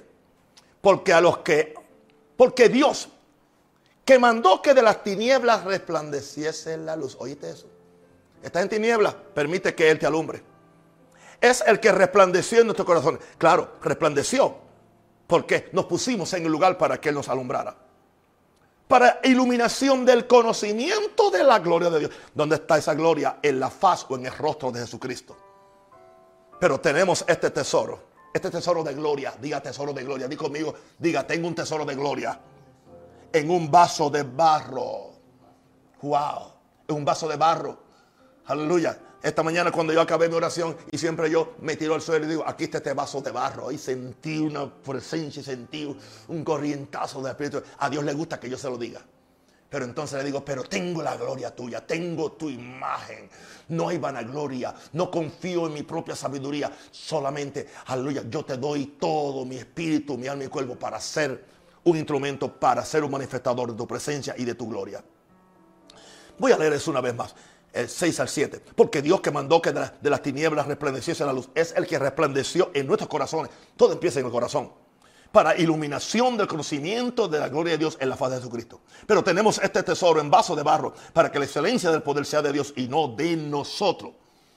Porque Dios, que mandó que de las tinieblas resplandeciese la luz. ¿Oíste eso? Estás en tinieblas, permite que Él te alumbre. Es el que resplandeció en nuestro corazón. Claro, resplandeció. Porque nos pusimos en el lugar para que Él nos alumbrara. Para iluminación del conocimiento de la gloria de Dios. ¿Dónde está esa gloria? En la faz o en el rostro de Jesucristo. Pero tenemos este tesoro de gloria. Diga tesoro de gloria. Di conmigo, diga, tengo un tesoro de gloria. En un vaso de barro. Wow. En un vaso de barro. Aleluya. Esta mañana cuando yo acabé mi oración y siempre yo me tiro al suelo y digo, aquí está este vaso de barro. Y sentí una presencia y sentí un corrientazo del Espíritu. A Dios le gusta que yo se lo diga. Pero entonces le digo, pero tengo la gloria tuya, tengo tu imagen. No hay vanagloria, no confío en mi propia sabiduría. Solamente, aleluya, yo te doy todo mi espíritu, mi alma y cuerpo para ser un instrumento, para ser un manifestador de tu presencia y de tu gloria. Voy a leer eso una vez más. 6 al 7. Porque Dios que mandó que de las tinieblas resplandeciese la luz, es el que resplandeció en nuestros corazones. Todo empieza en el corazón. Para iluminación del conocimiento de la gloria de Dios en la faz de Jesucristo. Pero tenemos este tesoro en vaso de barro para que la excelencia del poder sea de Dios y no de nosotros.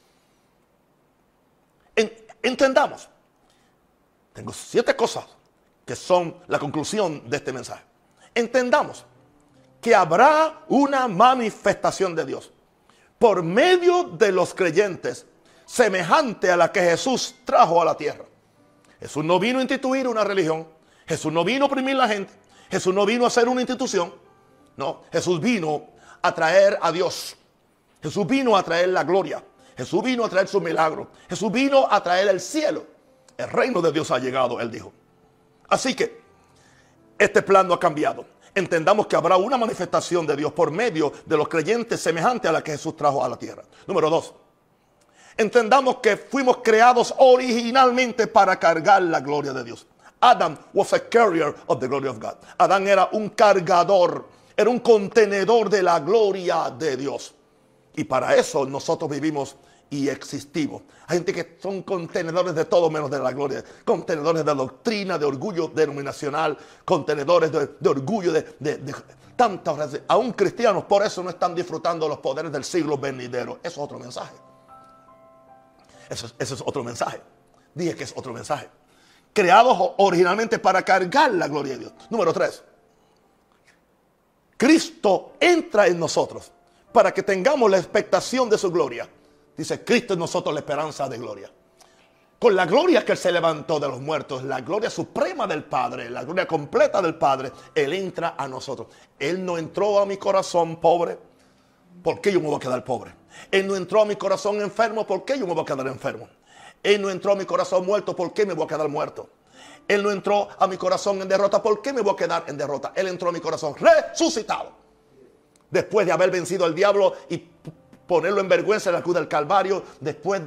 Entendamos. Tengo 7 cosas que son la conclusión de este mensaje. Entendamos que habrá una manifestación de Dios por medio de los creyentes semejante a la que Jesús trajo a la tierra. Jesús no vino a instituir una religión. Jesús no vino a oprimir a la gente. Jesús no vino a hacer una institución. No, Jesús vino a traer a Dios. Jesús vino a traer la gloria. Jesús vino a traer su milagro. Jesús vino a traer el cielo. El reino de Dios ha llegado, Él dijo. Así que este plan no ha cambiado. Entendamos que habrá una manifestación de Dios por medio de los creyentes semejante a la que Jesús trajo a la tierra. Número 2. Entendamos que fuimos creados originalmente para cargar la gloria de Dios. Adam was a carrier of the glory of God. Adán era un cargador, era un contenedor de la gloria de Dios. Y para eso nosotros vivimos y existimos. Hay gente que son contenedores de todo menos de la gloria. Contenedores de doctrina, de orgullo denominacional, contenedores de orgullo de tantas. Aún cristianos por eso no están disfrutando los poderes del siglo venidero. Eso es otro mensaje. Eso es otro mensaje. Dije que es otro mensaje. Creados originalmente para cargar la gloria de Dios. Número 3. Cristo entra en nosotros para que tengamos la expectación de su gloria. Dice, Cristo en nosotros la esperanza de gloria. Con la gloria que Él se levantó de los muertos, la gloria suprema del Padre, la gloria completa del Padre, Él entra a nosotros. Él no entró a mi corazón pobre. ¿Por qué yo me voy a quedar pobre? Él no entró a mi corazón enfermo. ¿Por qué yo me voy a quedar enfermo? Él no entró a mi corazón muerto. ¿Por qué me voy a quedar muerto? Él no entró a mi corazón en derrota. ¿Por qué me voy a quedar en derrota? Él entró a mi corazón resucitado. Después de haber vencido al diablo y ponerlo en vergüenza en la cruz del Calvario, después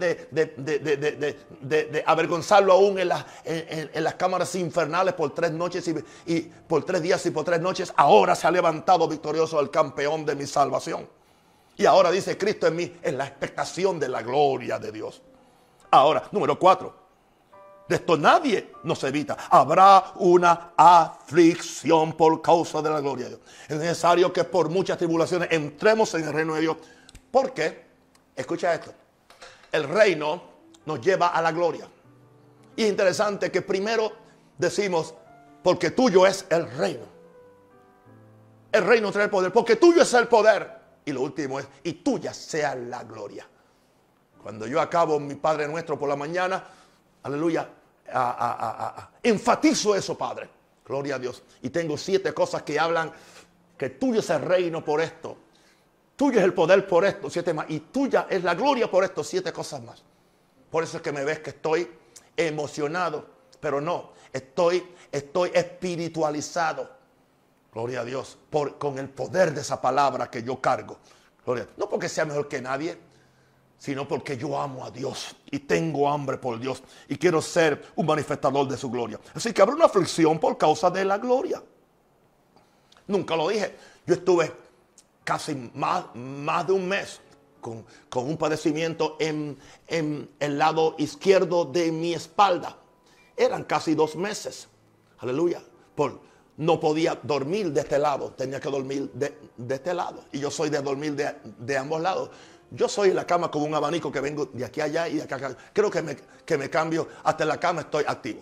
de avergonzarlo aún en las cámaras infernales por 3 noches y por 3 días y por 3 noches, ahora se ha levantado victorioso el campeón de mi salvación. Y ahora dice Cristo en mí, en la expectación de la gloria de Dios. Ahora, número 4. De esto nadie nos evita. Habrá una aflicción por causa de la gloria de Dios. Es necesario que por muchas tribulaciones entremos en el reino de Dios. ¿Por qué? Escucha esto. El reino nos lleva a la gloria. Y es interesante que primero decimos, porque tuyo es el reino. El reino trae el poder, porque tuyo es el poder. Y lo último es, y tuya sea la gloria. Cuando yo acabo mi Padre Nuestro por la mañana, aleluya, enfatizo eso, Padre. Gloria a Dios. Y tengo 7 cosas que hablan que tuyo es el reino por esto. Tuyo es el poder por esto, 7 más. Y tuya es la gloria por esto, 7 cosas más. Por eso es que me ves que estoy emocionado pero no, estoy espiritualizado. Gloria a Dios, con el poder de esa palabra que yo cargo. Gloria. No porque sea mejor que nadie, sino porque yo amo a Dios y tengo hambre por Dios y quiero ser un manifestador de su gloria. Así que habrá una aflicción por causa de la gloria. Nunca lo dije. Yo estuve casi más de un mes con un padecimiento en el lado izquierdo de mi espalda. Eran casi 2 meses. Aleluya. No podía dormir de este lado, tenía que dormir de este lado. Y yo soy de dormir de ambos lados. Yo soy en la cama con un abanico que vengo de aquí a allá y de acá a acá. Creo que me cambio, hasta en la cama estoy activo.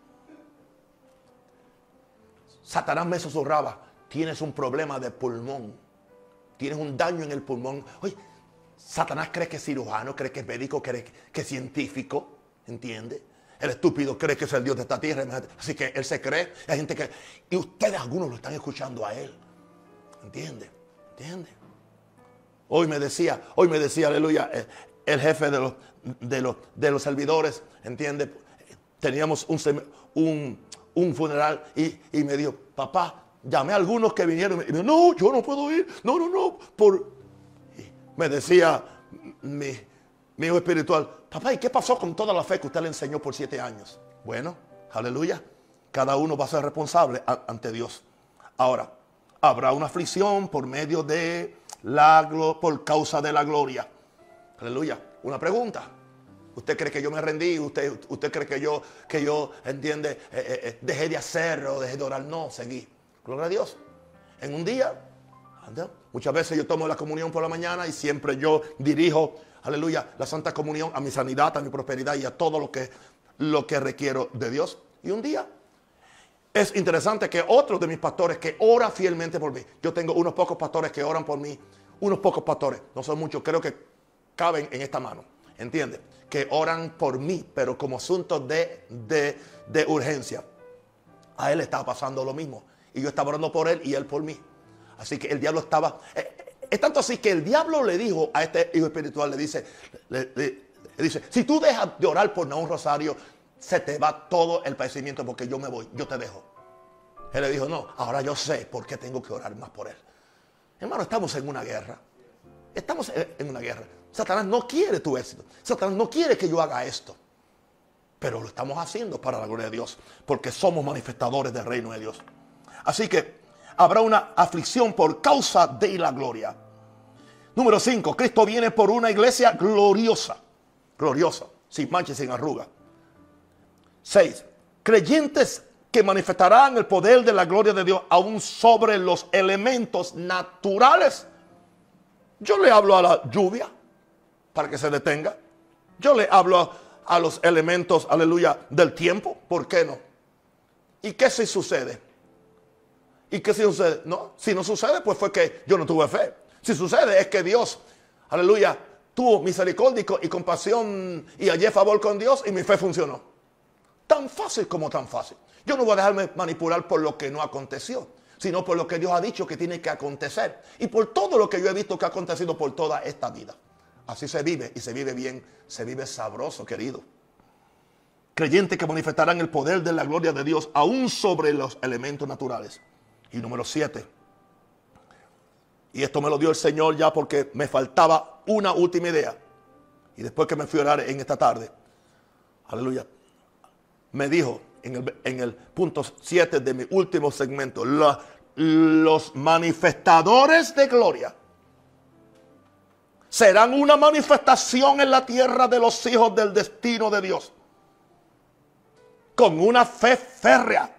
Satanás me susurraba, tienes un problema de pulmón, tienes un daño en el pulmón. Oye, Satanás cree que es cirujano, cree que es médico, cree que es científico, ¿entiende? El estúpido cree que es el Dios de esta tierra, así que él se cree. Hay gente que, y ustedes algunos lo están escuchando a él, ¿entiende? Hoy me decía, aleluya, el jefe de los servidores, ¿entiende? Teníamos un funeral y me dijo, papá, llamé a algunos que vinieron y me dijo, no, yo no puedo ir, no. Me decía mi hijo espiritual, papá, ¿y qué pasó con toda la fe que usted le enseñó por 7 años? Bueno, aleluya, cada uno va a ser responsable ante Dios. Ahora, habrá una aflicción por medio de por causa de la gloria. Aleluya. Una pregunta. ¿Usted cree que yo me rendí? ¿Usted cree que yo entiende, dejé de hacer o dejé de orar? No, seguí. Gloria a Dios. En un día, muchas veces yo tomo la comunión por la mañana y siempre yo dirijo, aleluya, la Santa Comunión a mi sanidad, a mi prosperidad y a todo lo que requiero de Dios. Y un día, es interesante que otro de mis pastores que ora fielmente por mí, yo tengo unos pocos pastores que oran por mí, unos pocos pastores, no son muchos, creo que caben en esta mano, ¿entiendes? Que oran por mí, pero como asunto de urgencia. A él estaba pasando lo mismo, y yo estaba orando por él y él por mí. Así que el diablo estaba, es tanto así que el diablo le dijo a este hijo espiritual, le dice, si tú dejas de orar por un rosario, se te va todo el padecimiento porque yo me voy, yo te dejo. Él le dijo, no, ahora yo sé por qué tengo que orar más por él. Hermano, estamos en una guerra. Estamos en una guerra. Satanás no quiere tu éxito. Satanás no quiere que yo haga esto. Pero lo estamos haciendo para la gloria de Dios, porque somos manifestadores del reino de Dios. Así que habrá una aflicción por causa de la gloria. Número 5, Cristo viene por una iglesia gloriosa. Gloriosa, sin mancha y sin arruga. 6. Creyentes que manifestarán el poder de la gloria de Dios aún sobre los elementos naturales. Yo le hablo a la lluvia para que se detenga. Yo le hablo a los elementos, aleluya, del tiempo. ¿Por qué no? ¿Y qué si sucede? ¿Y qué si sucede? No, si no sucede, pues fue que yo no tuve fe. Si sucede es que Dios, aleluya, tuvo misericordia y compasión y hallé favor con Dios y mi fe funcionó. Tan fácil como tan fácil. Yo no voy a dejarme manipular por lo que no aconteció, sino por lo que Dios ha dicho que tiene que acontecer. Y por todo lo que yo he visto que ha acontecido por toda esta vida. Así se vive y se vive bien, se vive sabroso, querido. Creyentes que manifestarán el poder de la gloria de Dios aún sobre los elementos naturales. Y número 7. Y esto me lo dio el Señor ya porque me faltaba una última idea. Y después que me fui a orar en esta tarde, aleluya, me dijo en el punto 7 de mi último segmento, los manifestadores de gloria serán una manifestación en la tierra de los hijos del destino de Dios, con una fe férrea,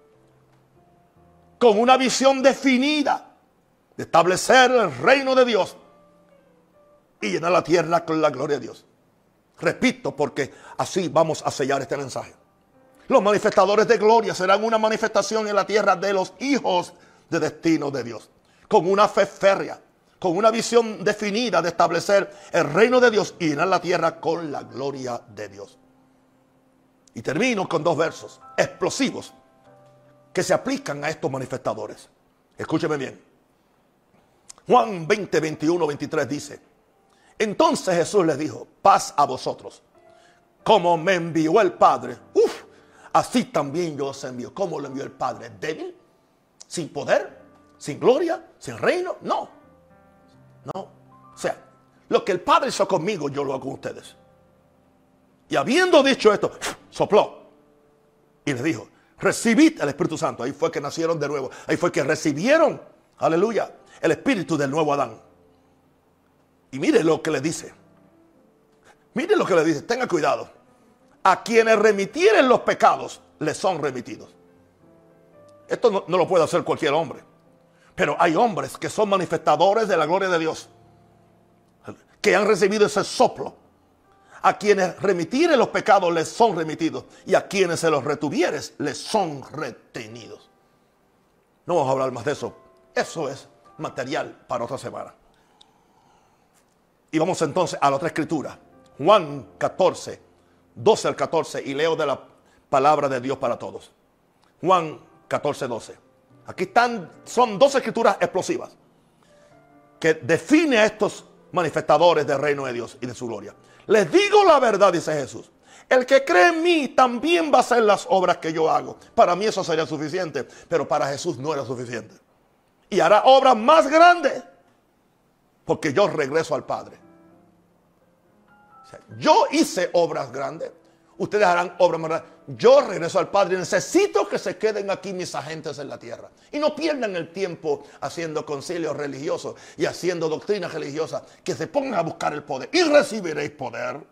con una visión definida de establecer el reino de Dios y llenar la tierra con la gloria de Dios. Repito, porque así vamos a sellar este mensaje. Los manifestadores de gloria serán una manifestación en la tierra de los hijos de destino de Dios, con una fe férrea, con una visión definida de establecer el reino de Dios y llenar la tierra con la gloria de Dios. Y termino con 2 versos explosivos que se aplican a estos manifestadores. Escúcheme bien. Juan 20, 21, 23 dice: entonces Jesús les dijo, paz a vosotros. Como me envió el Padre, así también yo os envío. ¿Cómo lo envió el Padre? ¿Débil? ¿Sin poder? ¿Sin gloria? ¿Sin reino? No. No. O sea, lo que el Padre hizo conmigo, yo lo hago con ustedes. Y habiendo dicho esto, sopló y les dijo, recibid el Espíritu Santo. Ahí fue que nacieron de nuevo. Ahí fue que recibieron, aleluya, el Espíritu del nuevo Adán. Y mire lo que le dice. Mire lo que le dice. Tenga cuidado. A quienes remitieren los pecados, les son remitidos. Esto no lo puede hacer cualquier hombre. Pero hay hombres que son manifestadores de la gloria de Dios, que han recibido ese soplo. A quienes remitieren los pecados les son remitidos, y a quienes se los retuvieres les son retenidos. No vamos a hablar más de eso. Eso es material para otra semana. Y vamos entonces a la otra escritura. Juan 14, 12 al 14, y leo de la palabra de Dios para todos. Juan 14, 12. Aquí son dos escrituras explosivas que definen a estos manifestadores del reino de Dios y de su gloria. Les digo la verdad, dice Jesús. El que cree en mí también va a hacer las obras que yo hago. Para mí eso sería suficiente, pero para Jesús no era suficiente. Y hará obras más grandes, porque yo regreso al Padre. O sea, yo hice obras grandes, ustedes harán obras más grandes. Yo regreso al Padre y necesito que se queden aquí mis agentes en la tierra. Y no pierdan el tiempo haciendo concilios religiosos y haciendo doctrinas religiosas. Que se pongan a buscar el poder y recibiréis poder.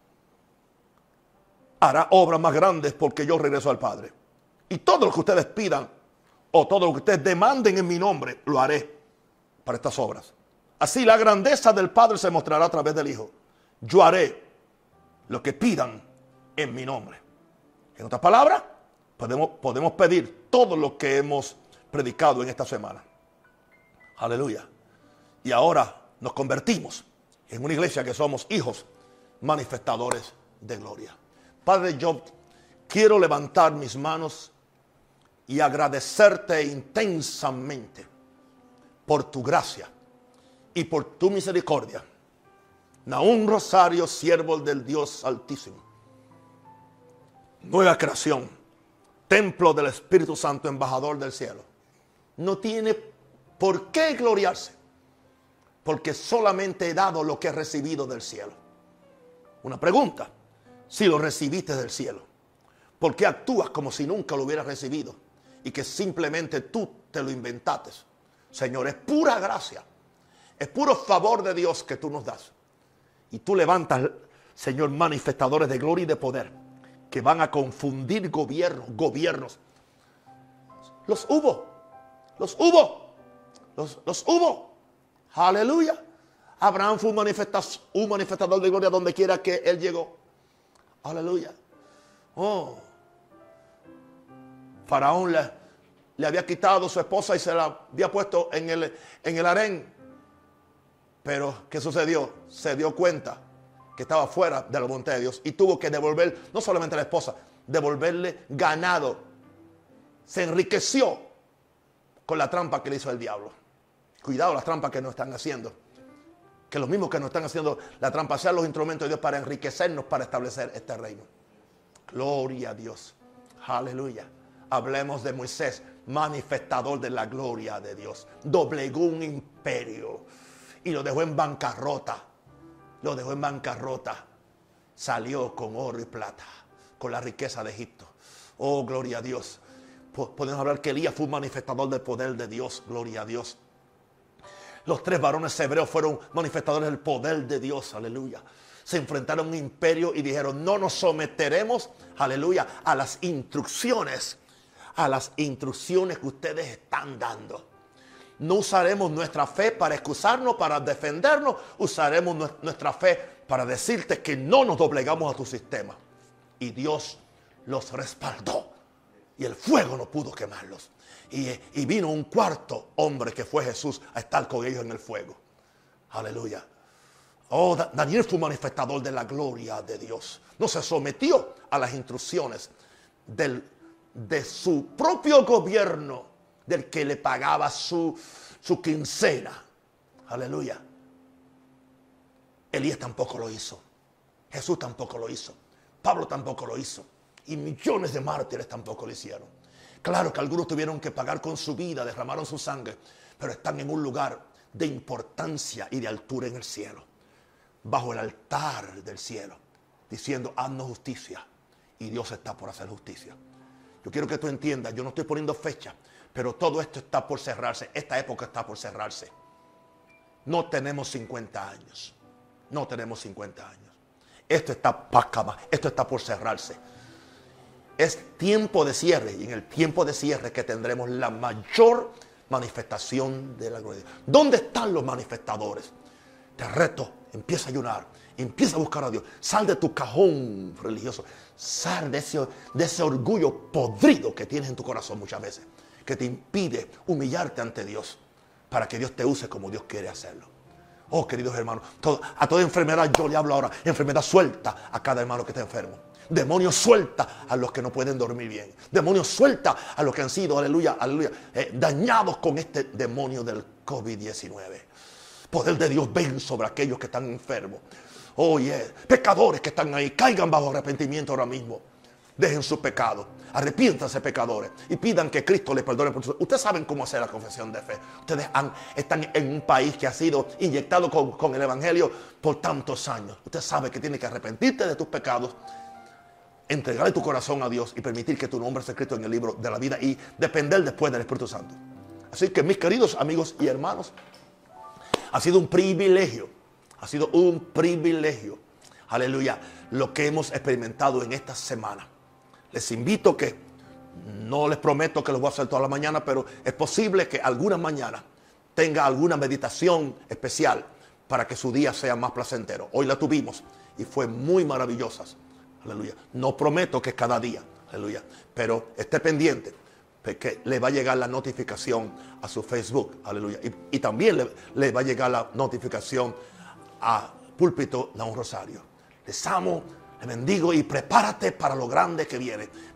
Hará obras más grandes porque yo regreso al Padre. Y todo lo que ustedes pidan o todo lo que ustedes demanden en mi nombre, lo haré para estas obras. Así la grandeza del Padre se mostrará a través del Hijo. Yo haré lo que pidan en mi nombre. En otras palabras, podemos pedir todo lo que hemos predicado en esta semana. Aleluya. Y ahora nos convertimos en una iglesia que somos hijos manifestadores de gloria. Padre, yo quiero levantar mis manos y agradecerte intensamente por tu gracia y por tu misericordia. Nahum Rosario, siervo del Dios Altísimo. Nueva creación, templo del Espíritu Santo, embajador del cielo. No tiene por qué gloriarse, porque solamente he dado lo que he recibido del cielo. Una pregunta: si lo recibiste del cielo, ¿por qué actúas como si nunca lo hubieras recibido y que simplemente tú te lo inventaste? Señor, es pura gracia, es puro favor de Dios que tú nos das. Y tú levantas, Señor, manifestadores de gloria y de poder que van a confundir gobiernos. Los hubo. Aleluya. Abraham fue un manifestador de gloria donde quiera que él llegó. Aleluya. Faraón le había quitado su esposa y se la había puesto en el harén. Pero ¿qué sucedió? Se dio cuenta que estaba fuera de la voluntad de Dios y tuvo que devolver, no solamente a la esposa, devolverle ganado. Se enriqueció con la trampa que le hizo el diablo. Cuidado las trampas que nos están haciendo. Que los mismos que nos están haciendo la trampa sean los instrumentos de Dios para enriquecernos, para establecer este reino. Gloria a Dios. Aleluya. Hablemos de Moisés, manifestador de la gloria de Dios. Doblegó un imperio y lo dejó en bancarrota. Salió con oro y plata, con la riqueza de Egipto. Oh, gloria a Dios. Podemos hablar que Elías fue un manifestador del poder de Dios. Gloria a Dios. Los 3 varones hebreos fueron manifestadores del poder de Dios. Aleluya. Se enfrentaron a un imperio y dijeron: no nos someteremos, aleluya, a las instrucciones que ustedes están dando. No usaremos nuestra fe para excusarnos, para defendernos. Usaremos nuestra fe para decirte que no nos doblegamos a tu sistema. Y Dios los respaldó. Y el fuego no pudo quemarlos. Y vino un cuarto hombre que fue Jesús a estar con ellos en el fuego. Aleluya. Oh, Daniel fue un manifestador de la gloria de Dios. No se sometió a las instrucciones de su propio gobierno, del que le pagaba su quincena. Aleluya. Elías tampoco lo hizo. Jesús tampoco lo hizo. Pablo tampoco lo hizo. Y millones de mártires tampoco lo hicieron. Claro que algunos tuvieron que pagar con su vida, derramaron su sangre, pero están en un lugar de importancia y de altura en el cielo, bajo el altar del cielo, diciendo, haznos justicia. Y Dios está por hacer justicia. Yo quiero que tú entiendas, yo no estoy poniendo fecha, pero todo esto está por cerrarse. Esta época está por cerrarse. No tenemos 50 años. No tenemos 50 años. Esto está por cerrarse. Es tiempo de cierre, y en el tiempo de cierre que tendremos la mayor manifestación de la gloria de Dios. ¿Dónde están los manifestadores? Te reto, empieza a ayunar, empieza a buscar a Dios. Sal de tu cajón religioso. Sal de ese orgullo podrido que tienes en tu corazón muchas veces, que te impide humillarte ante Dios, para que Dios te use como Dios quiere hacerlo. Oh, queridos hermanos, a toda enfermedad yo le hablo ahora. Enfermedad suelta a cada hermano que está enfermo. Demonios suelta a los que no pueden dormir bien. Demonios suelta a los que han sido, aleluya, aleluya, dañados con este demonio del COVID-19. Poder de Dios ven sobre aquellos que están enfermos. Oye, pecadores que están ahí, caigan bajo arrepentimiento ahora mismo. Dejen su pecado, arrepiéntanse pecadores y pidan que Cristo les perdone por sus... Ustedes saben cómo hacer la confesión de fe. Ustedes están en un país que ha sido inyectado con el evangelio por tantos años. Usted sabe que tiene que arrepentirte de tus pecados, entregarle tu corazón a Dios y permitir que tu nombre sea escrito en el libro de la vida y depender después del Espíritu Santo. Así que, mis queridos amigos y hermanos, ha sido un privilegio, aleluya, lo que hemos experimentado en esta semana. Les invito que, no les prometo que lo voy a hacer toda la mañana, pero es posible que alguna mañana tenga alguna meditación especial para que su día sea más placentero. Hoy la tuvimos y fue muy maravillosa. Aleluya. No prometo que cada día, aleluya, pero esté pendiente, porque le va a llegar la notificación a su Facebook, aleluya, y también le va a llegar la notificación a Púlpito da un Rosario. Les amo, les bendigo y prepárate para lo grande que viene.